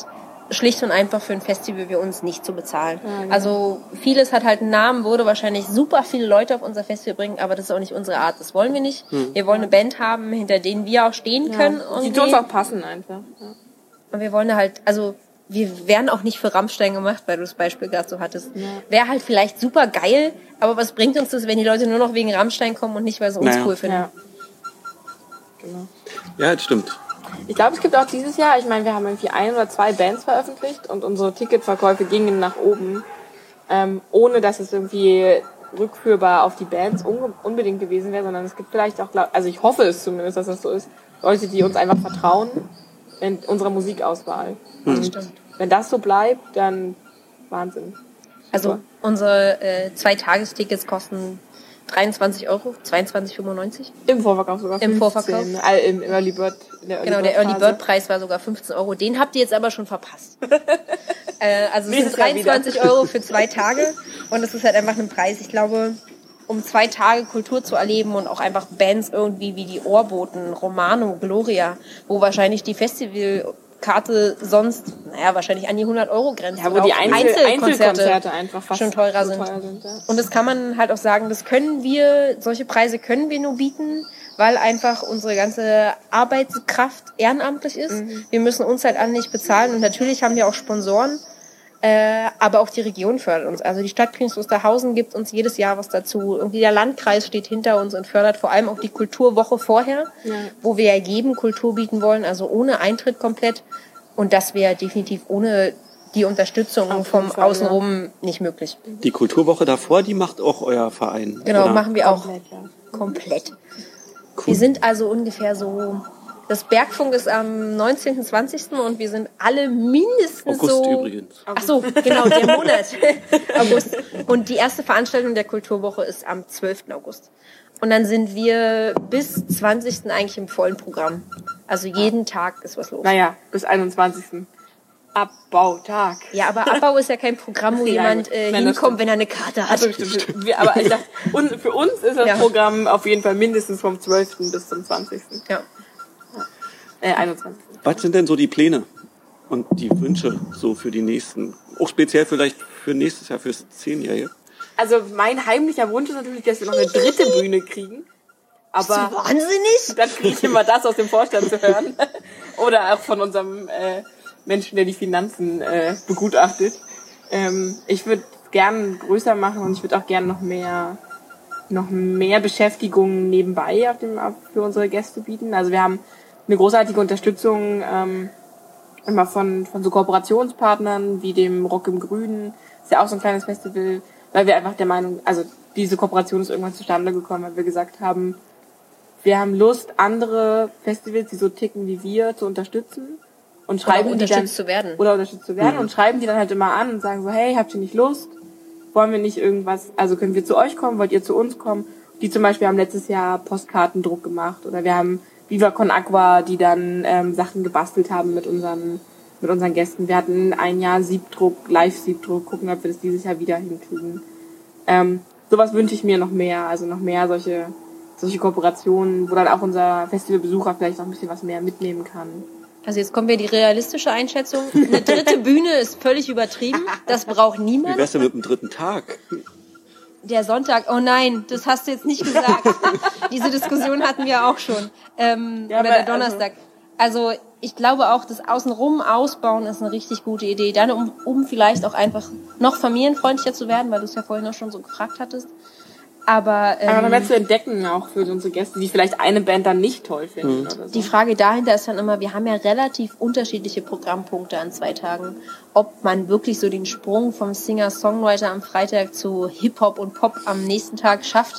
schlicht und einfach für ein Festival wie uns nicht zu bezahlen. Ja, genau. Also vieles hat halt einen Namen, würde wahrscheinlich super viele Leute auf unser Festival bringen, aber das ist auch nicht unsere Art. Das wollen wir nicht. Wir wollen eine Band haben, hinter denen wir auch stehen können. Die zu uns auch passen einfach. Ja. Und wir wollen halt, also wir wären auch nicht für Rammstein gemacht, weil du das Beispiel gerade so hattest. Ja. Wäre halt vielleicht super geil, aber was bringt uns das, wenn die Leute nur noch wegen Rammstein kommen und nicht, weil sie uns cool finden? Ja. Genau. Ja, das stimmt. Ich glaube, es gibt auch dieses Jahr, ich meine, wir haben irgendwie 1 oder 2 Bands veröffentlicht und unsere Ticketverkäufe gingen nach oben, ohne dass es irgendwie rückführbar auf die Bands unbedingt gewesen wäre, sondern es gibt vielleicht auch, also ich hoffe es zumindest, dass das so ist, Leute, die uns einfach vertrauen in unserer Musikauswahl. Und wenn das so bleibt, dann Wahnsinn. Also unsere 2 Tagestickets kosten 23 €, 22,95 €. Im Vorverkauf sogar 15. Im Vorverkauf. Im Early Bird. Genau, der Early Bird Preis war sogar 15 €. Den habt ihr jetzt aber schon verpasst. Also es sind 23 € für 2 Tage. Und es ist halt einfach ein Preis, ich glaube, um 2 Tage Kultur zu erleben und auch einfach Bands irgendwie wie die Ohrboten, Romano, Gloria, wo wahrscheinlich die Festivalkarte sonst, wahrscheinlich an die 100 € Grenze. Ja, wo die Einzelkonzerte einfach fast schon teurer sind. Ja. Und das kann man halt auch sagen, solche Preise können wir nur bieten, weil einfach unsere ganze Arbeitskraft ehrenamtlich ist. Wir müssen uns halt alle nicht bezahlen und natürlich haben wir auch Sponsoren, aber auch die Region fördert uns. Also die Stadt Königs Wusterhausen gibt uns jedes Jahr was dazu. Irgendwie der Landkreis steht hinter uns und fördert vor allem auch die Kulturwoche vorher, wo wir ja jedem Kultur bieten wollen, also ohne Eintritt komplett. Und das wäre definitiv ohne die Unterstützung vom Außenrum nicht möglich. Die Kulturwoche davor, die macht auch euer Verein. Genau, oder? Machen wir auch komplett. Cool. Wir sind also ungefähr so... Das Bergfunk ist am 19., 20. und wir sind alle mindestens August übrigens. Ach so, genau, der Monat. August. Und die erste Veranstaltung der Kulturwoche ist am 12. August. Und dann sind wir bis 20. eigentlich im vollen Programm. Also jeden Tag ist was los. Naja, bis 21. Abbautag. Ja, aber Abbau ist ja kein Programm, wo jemand hinkommt, wenn er eine Karte hat. Also, aber ich dachte, für uns ist das Programm auf jeden Fall mindestens vom 12. bis zum 20. Ja. 21. Was sind denn so die Pläne und die Wünsche so für die nächsten, auch speziell vielleicht für nächstes Jahr, fürs 10-Jährige? Also mein heimlicher Wunsch ist natürlich, dass wir noch eine 3. Bühne kriegen. Aber bist du wahnsinnig? Dann kriege ich immer das aus dem Vorstand zu hören. Oder auch von unserem Menschen, der die Finanzen begutachtet. Ich würde gern größer machen und ich würde auch gern noch mehr Beschäftigung nebenbei für unsere Gäste bieten. Also wir haben eine großartige Unterstützung immer von so Kooperationspartnern wie dem Rock im Grünen. Ist ja auch so ein kleines Festival, weil wir einfach der Meinung, also diese Kooperation ist irgendwann zustande gekommen, weil wir gesagt haben, wir haben Lust, andere Festivals, die so ticken wie wir, zu unterstützen und schreiben unterstützt zu werden und schreiben die dann halt immer an und sagen so, hey, habt ihr nicht Lust? Wollen wir nicht irgendwas, also können wir zu euch kommen, wollt ihr zu uns kommen? Die zum Beispiel haben letztes Jahr Postkartendruck gemacht oder wir haben Viva Con Aqua, die dann Sachen gebastelt haben mit unseren Gästen. Wir hatten ein Jahr Siebdruck, Live-Siebdruck, gucken, ob wir das dieses Jahr wieder hinkriegen. Sowas wünsche ich mir noch mehr, also noch mehr solche Kooperationen, wo dann auch unser Festivalbesucher vielleicht noch ein bisschen was mehr mitnehmen kann. Also jetzt kommen wir die realistische Einschätzung. Eine 3. Bühne ist völlig übertrieben. Das braucht niemand. Wie wär's denn mit dem 3. Tag? Der Sonntag, oh nein, das hast du jetzt nicht gesagt. Diese Diskussion hatten wir auch schon. Oder der Donnerstag. Also ich glaube auch, das Außenrum ausbauen ist eine richtig gute Idee. Dann um vielleicht auch einfach noch familienfreundlicher zu werden, weil du es ja vorhin auch schon so gefragt hattest. Aber noch mehr zu entdecken auch für unsere Gäste, die vielleicht eine Band dann nicht toll finden. Oder so. Die Frage dahinter ist dann immer, wir haben ja relativ unterschiedliche Programmpunkte an 2 Tagen. Ob man wirklich so den Sprung vom Singer-Songwriter am Freitag zu Hip-Hop und Pop am nächsten Tag schafft,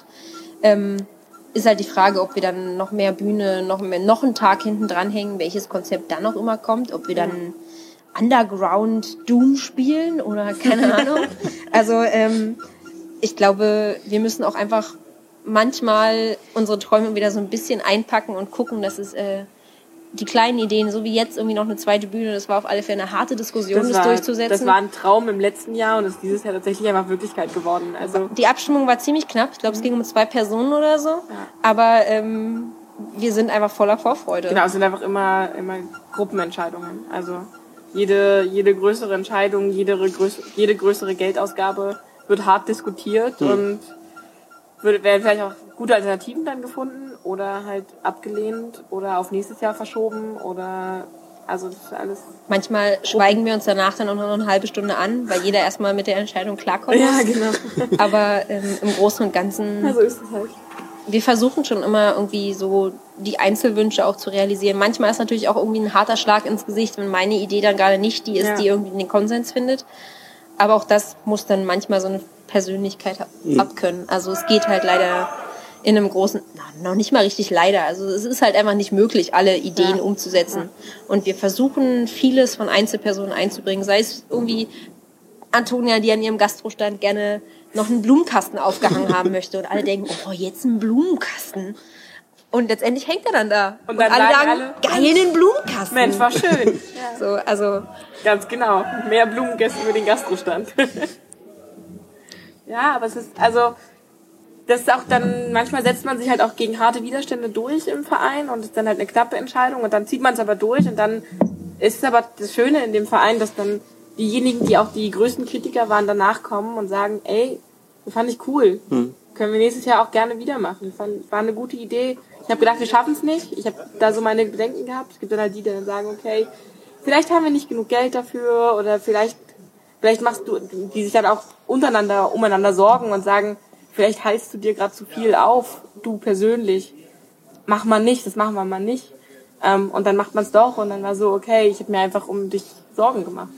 ist halt die Frage, ob wir dann noch mehr Bühne, noch einen Tag hinten dranhängen, welches Konzept dann noch immer kommt, ob wir dann Underground Doom spielen oder keine Ahnung. Also ich glaube, wir müssen auch einfach manchmal unsere Träume wieder so ein bisschen einpacken und gucken, dass es die kleinen Ideen, so wie jetzt irgendwie noch eine 2. Bühne, das war auf alle Fälle eine harte Diskussion, das durchzusetzen. Das war ein Traum im letzten Jahr und ist dieses Jahr tatsächlich einfach Wirklichkeit geworden. Also die Abstimmung war ziemlich knapp. Ich glaube, es ging um 2 Personen oder so. Ja. Aber wir sind einfach voller Vorfreude. Genau, es sind einfach immer Gruppenentscheidungen. Also jede größere Entscheidung, jede größere Geldausgabe wird hart diskutiert und werden vielleicht auch gute Alternativen dann gefunden oder halt abgelehnt oder auf nächstes Jahr verschoben oder also das ist alles. Manchmal schweigen wir uns danach dann auch noch eine halbe Stunde an, weil jeder erstmal mit der Entscheidung klarkommt. Ja, genau. Aber im Großen und Ganzen. Ja, so ist es halt. Wir versuchen schon immer irgendwie so die Einzelwünsche auch zu realisieren. Manchmal ist natürlich auch irgendwie ein harter Schlag ins Gesicht, wenn meine Idee dann gerade nicht die ist, die irgendwie den Konsens findet. Aber auch das muss dann manchmal so eine Persönlichkeit abkönnen. Also es geht halt leider in einem großen, noch nicht mal richtig leider. Also es ist halt einfach nicht möglich, alle Ideen umzusetzen. Und wir versuchen vieles von Einzelpersonen einzubringen. Sei es irgendwie Antonia, die an ihrem Gastrostand gerne noch einen Blumenkasten aufgehangen haben möchte. Und alle denken, oh, jetzt ein Blumenkasten. Und letztendlich hängt er dann da. Und alle sagen, geil, den Blumenkasten. Mensch, war schön. So, also. Ganz genau. Mehr Blumengäste über den Gastrostand. Ja, aber es ist, also, das ist auch dann, manchmal setzt man sich halt auch gegen harte Widerstände durch im Verein und ist dann halt eine knappe Entscheidung und dann zieht man es aber durch und dann ist es aber das Schöne in dem Verein, dass dann diejenigen, die auch die größten Kritiker waren, danach kommen und sagen, ey, das fand ich cool. Können wir nächstes Jahr auch gerne wieder machen. War eine gute Idee. Ich habe gedacht, wir schaffen es nicht. Ich habe da so meine Bedenken gehabt. Es gibt dann halt die dann sagen, okay, vielleicht haben wir nicht genug Geld dafür oder vielleicht machst du, die sich dann auch umeinander sorgen und sagen, vielleicht halst du dir gerade zu viel auf, du persönlich. Das machen wir mal nicht. Und dann macht man es doch und dann war so, okay, ich habe mir einfach um dich Sorgen gemacht.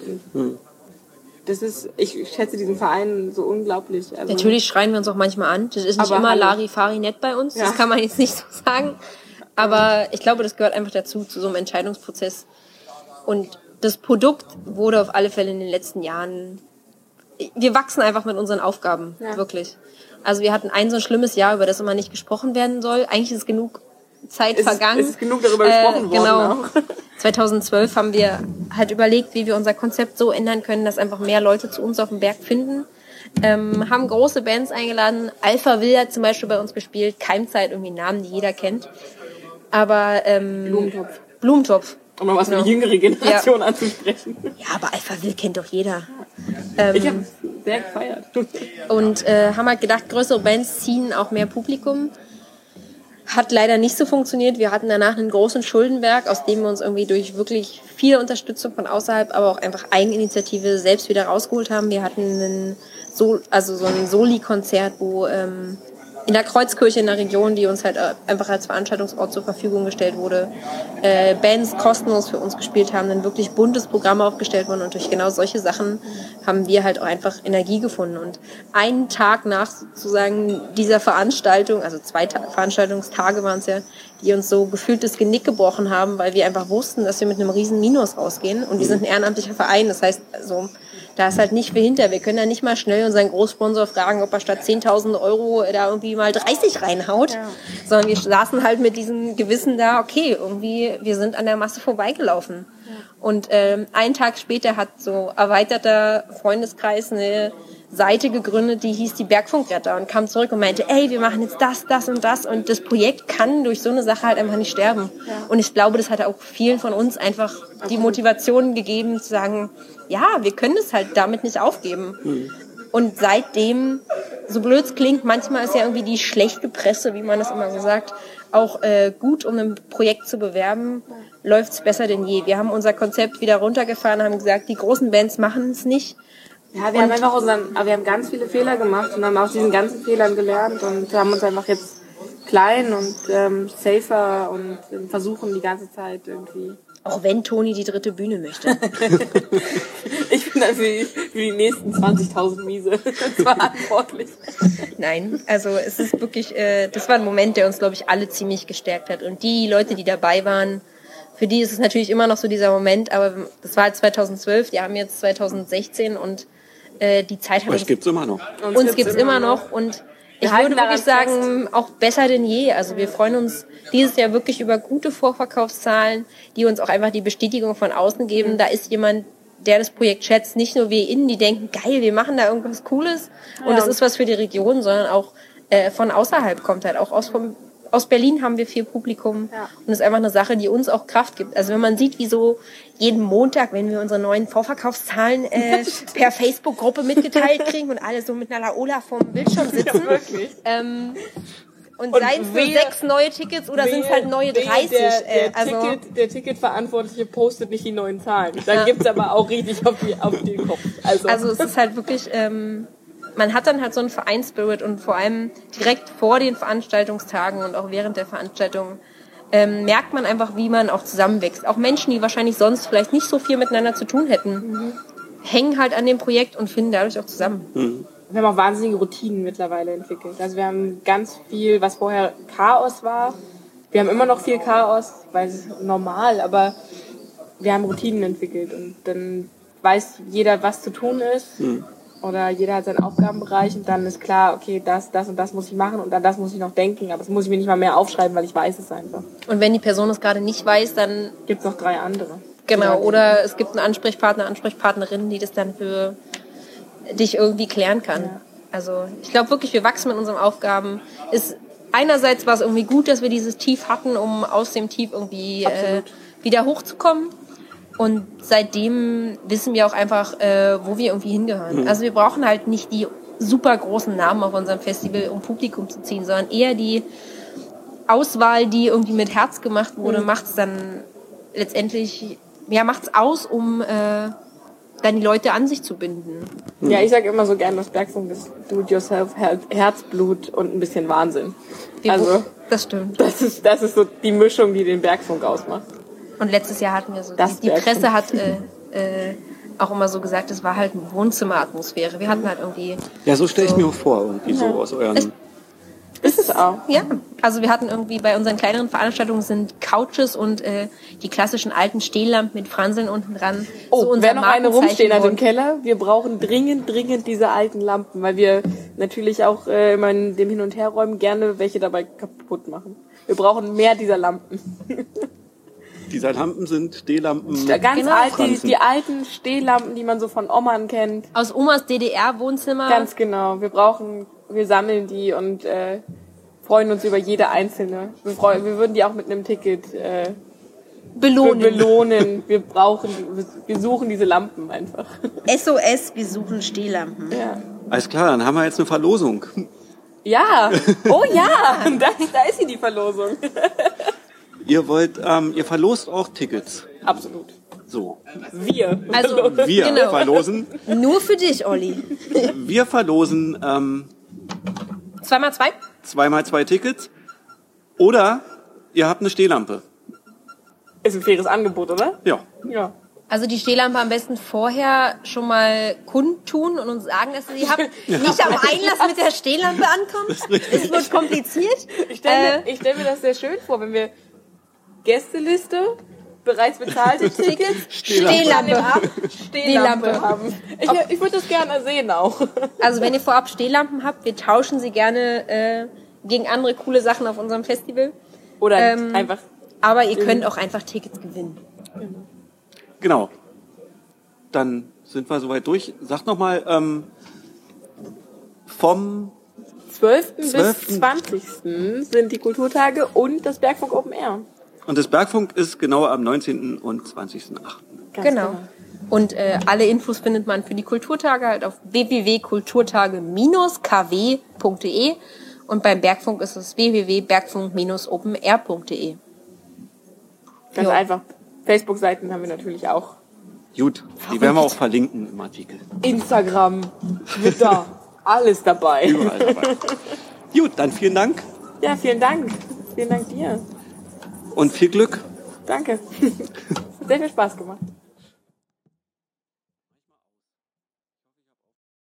Das ist, ich schätze diesen Verein so unglaublich. Also natürlich schreien wir uns auch manchmal an. Das ist nicht immer Larifari nett bei uns. Ja. Das kann man jetzt nicht so sagen. Aber ich glaube, das gehört einfach dazu, zu so einem Entscheidungsprozess. Und das Produkt wurde auf alle Fälle in den letzten Jahren, wir wachsen einfach mit unseren Aufgaben, wirklich. Also wir hatten ein so schlimmes Jahr, über das immer nicht gesprochen werden soll. Eigentlich ist genug Zeit vergangen. Es ist genug darüber gesprochen worden. Genau. Auch. 2012 haben wir halt überlegt, wie wir unser Konzept so ändern können, dass einfach mehr Leute zu uns auf dem Berg finden. Haben große Bands eingeladen. Alpha Will hat zum Beispiel bei uns gespielt. Keimzeit, irgendwie Namen, die jeder kennt. Aber Blumentopf. Um mal was für die jüngere Generation anzusprechen. Ja, aber Alpha Will kennt doch jeder. Ich habe sehr gefeiert. Und haben halt gedacht, größere Bands ziehen auch mehr Publikum. Hat leider nicht so funktioniert. Wir hatten danach einen großen Schuldenberg, aus dem wir uns irgendwie durch wirklich viel Unterstützung von außerhalb, aber auch einfach Eigeninitiative selbst wieder rausgeholt haben. Wir hatten so ein Soli-Konzert, wo in der Kreuzkirche in der Region, die uns halt einfach als Veranstaltungsort zur Verfügung gestellt wurde, Bands kostenlos für uns gespielt haben, dann wirklich buntes Programm aufgestellt wurden und durch genau solche Sachen haben wir halt auch einfach Energie gefunden. Und einen Tag nach sozusagen dieser Veranstaltung, also 2 Veranstaltungstage waren es ja, die uns so gefühlt das Genick gebrochen haben, weil wir einfach wussten, dass wir mit einem riesen Minus rausgehen und wir sind ein ehrenamtlicher Verein, das heißt, also da ist halt nicht viel hinter. Wir können da nicht mal schnell unseren Großsponsor fragen, ob er statt 10.000 Euro da irgendwie mal 30 reinhaut. Ja. Sondern wir saßen halt mit diesem Gewissen da, okay, irgendwie, wir sind an der Masse vorbeigelaufen. Ja. Und einen Tag später hat so erweiterter Freundeskreis eine Seite gegründet, die hieß die Bergfunkretter und kam zurück und meinte, ey, wir machen jetzt das und das und das Projekt kann durch so eine Sache halt einfach nicht sterben. Ja. Und ich glaube, das hat auch vielen von uns einfach die Motivation gegeben zu sagen, ja, wir können es halt damit nicht aufgeben. Und seitdem, so blöd es klingt, manchmal ist ja irgendwie die schlechte Presse, wie man das immer so sagt, auch gut, um ein Projekt zu bewerben, läuft's besser denn je. Wir haben unser Konzept wieder runtergefahren, haben gesagt, die großen Bands machen es nicht. Ja, wir haben ganz viele Fehler gemacht und haben aus diesen ganzen Fehlern gelernt und haben uns einfach jetzt klein und safer und versuchen die ganze Zeit irgendwie. Auch wenn Toni die 3. Bühne möchte. Ich bin dann für die nächsten 20.000 Miese verantwortlich. Nein, also es ist wirklich, das war ein Moment, der uns, glaube ich, alle ziemlich gestärkt hat. Und die Leute, die dabei waren, für die ist es natürlich immer noch so dieser Moment, aber das war halt 2012, die haben jetzt 2016 und die Zeit hat uns gibt's immer noch. Uns gibt's immer noch und ich würde wirklich sagen, auch besser denn je. Also wir freuen uns dieses Jahr wirklich über gute Vorverkaufszahlen, die uns auch einfach die Bestätigung von außen geben. Da ist jemand, der das Projekt schätzt, nicht nur wir innen, die denken, geil, wir machen da irgendwas Cooles und es ist was für die Region, sondern auch von außerhalb kommt halt auch aus Berlin haben wir viel Publikum. Ja. Und das ist einfach eine Sache, die uns auch Kraft gibt. Also wenn man sieht, wie so jeden Montag, wenn wir unsere neuen Vorverkaufszahlen per Facebook-Gruppe mitgeteilt kriegen und alle so mit einer Laola vorm Bildschirm sitzen. Ja, wirklich. Und seien es nur 6 neue Tickets oder sind es halt neue 30? Der Ticketverantwortliche postet nicht die neuen Zahlen. Dann gibt's aber auch richtig auf den Kopf. Also es ist halt wirklich, man hat dann halt so einen Vereinsspirit und vor allem direkt vor den Veranstaltungstagen und auch während der Veranstaltung merkt man einfach, wie man auch zusammenwächst. Auch Menschen, die wahrscheinlich sonst vielleicht nicht so viel miteinander zu tun hätten, hängen halt an dem Projekt und finden dadurch auch zusammen. Mhm. Wir haben auch wahnsinnige Routinen mittlerweile entwickelt. Also wir haben ganz viel, was vorher Chaos war. Wir haben immer noch viel Chaos, weil es ist normal, aber wir haben Routinen entwickelt und dann weiß jeder, was zu tun ist. Mhm. Oder jeder hat seinen Aufgabenbereich und dann ist klar, okay, das und das muss ich machen und an das muss ich noch denken, aber das muss ich mir nicht mal mehr aufschreiben, weil ich weiß es einfach. Und wenn die Person es gerade nicht weiß, dann gibt's noch 3 andere. Genau, oder es gibt einen Ansprechpartner, Ansprechpartnerin, die das dann für dich irgendwie klären kann. Ja. Also ich glaube wirklich, wir wachsen mit unseren Aufgaben. Einerseits war es irgendwie gut, dass wir dieses Tief hatten, um aus dem Tief irgendwie wieder hochzukommen. Und seitdem wissen wir auch einfach, wo wir irgendwie hingehören. Mhm. Also wir brauchen halt nicht die super großen Namen auf unserem Festival, um Publikum zu ziehen, sondern eher die Auswahl, die irgendwie mit Herz gemacht wurde, macht's dann letztendlich, macht's aus, um dann die Leute an sich zu binden. Ja, ich sage immer so gerne, das Bergfunk ist Do-it-yourself, Herzblut und ein bisschen Wahnsinn. Also das stimmt. Das ist so die Mischung, die den Bergfunk ausmacht. Und letztes Jahr hatten wir so, die Presse hat auch immer so gesagt, es war halt eine Wohnzimmeratmosphäre. Wir hatten halt irgendwie... Ja, so stelle ich mir vor, irgendwie so aus euren... Ist es auch. Ja, also wir hatten irgendwie bei unseren kleineren Veranstaltungen sind Couches und die klassischen alten Stehlampen mit Franseln unten dran. Oh, so wer noch eine rumstehen hat im Keller, wir brauchen dringend diese alten Lampen, weil wir natürlich auch immer in dem Hin- und Herräumen gerne welche dabei kaputt machen. Wir brauchen mehr dieser Lampen. Diese Lampen sind Stehlampen. Ganz alt, die alten Stehlampen, die man so von Oman kennt. Aus Omas DDR-Wohnzimmer. Ganz genau. Wir sammeln die und freuen uns über jede einzelne. Wir würden die auch mit einem Ticket belohnen. Wir suchen diese Lampen einfach. SOS, wir suchen Stehlampen. Ja. Alles klar, dann haben wir jetzt eine Verlosung. Ja. Oh ja, da ist sie, die Verlosung. Ihr verlost auch Tickets. Absolut. So. Wir genau. Verlosen. Nur für dich, Olli. Wir verlosen 2x2? 2x2 Tickets. Oder ihr habt eine Stehlampe. Ist ein faires Angebot, oder? Ja. Also die Stehlampe am besten vorher schon mal kundtun und uns sagen, dass ihr sie habt. Nicht am Einlass mit der Stehlampe ankommen. Es wird kompliziert. Ich stell mir das sehr schön vor, wenn wir Gästeliste, bereits bezahlte Tickets, Stehlampe haben. Ich würde das gerne sehen auch. Also wenn ihr vorab Stehlampen habt, wir tauschen sie gerne gegen andere coole Sachen auf unserem Festival. Oder einfach. Aber ihr könnt auch einfach Tickets gewinnen. Genau. Dann sind wir soweit durch. Sagt nochmal, vom 12. bis 20. sind die Kulturtage und das Bergfunk Open Air. Und das Bergfunk ist genau am 19. und 20.8. Genau. Und alle Infos findet man für die Kulturtage halt auf www.kulturtage-kw.de und beim Bergfunk ist es www.bergfunk-openair.de. Ganz einfach. Facebook-Seiten haben wir natürlich auch. Gut, die werden wir auch verlinken im Artikel. Instagram, Twitter, alles dabei. Überall dabei. Gut, dann vielen Dank. Ja, vielen Dank. Vielen Dank dir. Und viel Glück. Danke. Hat sehr viel Spaß gemacht.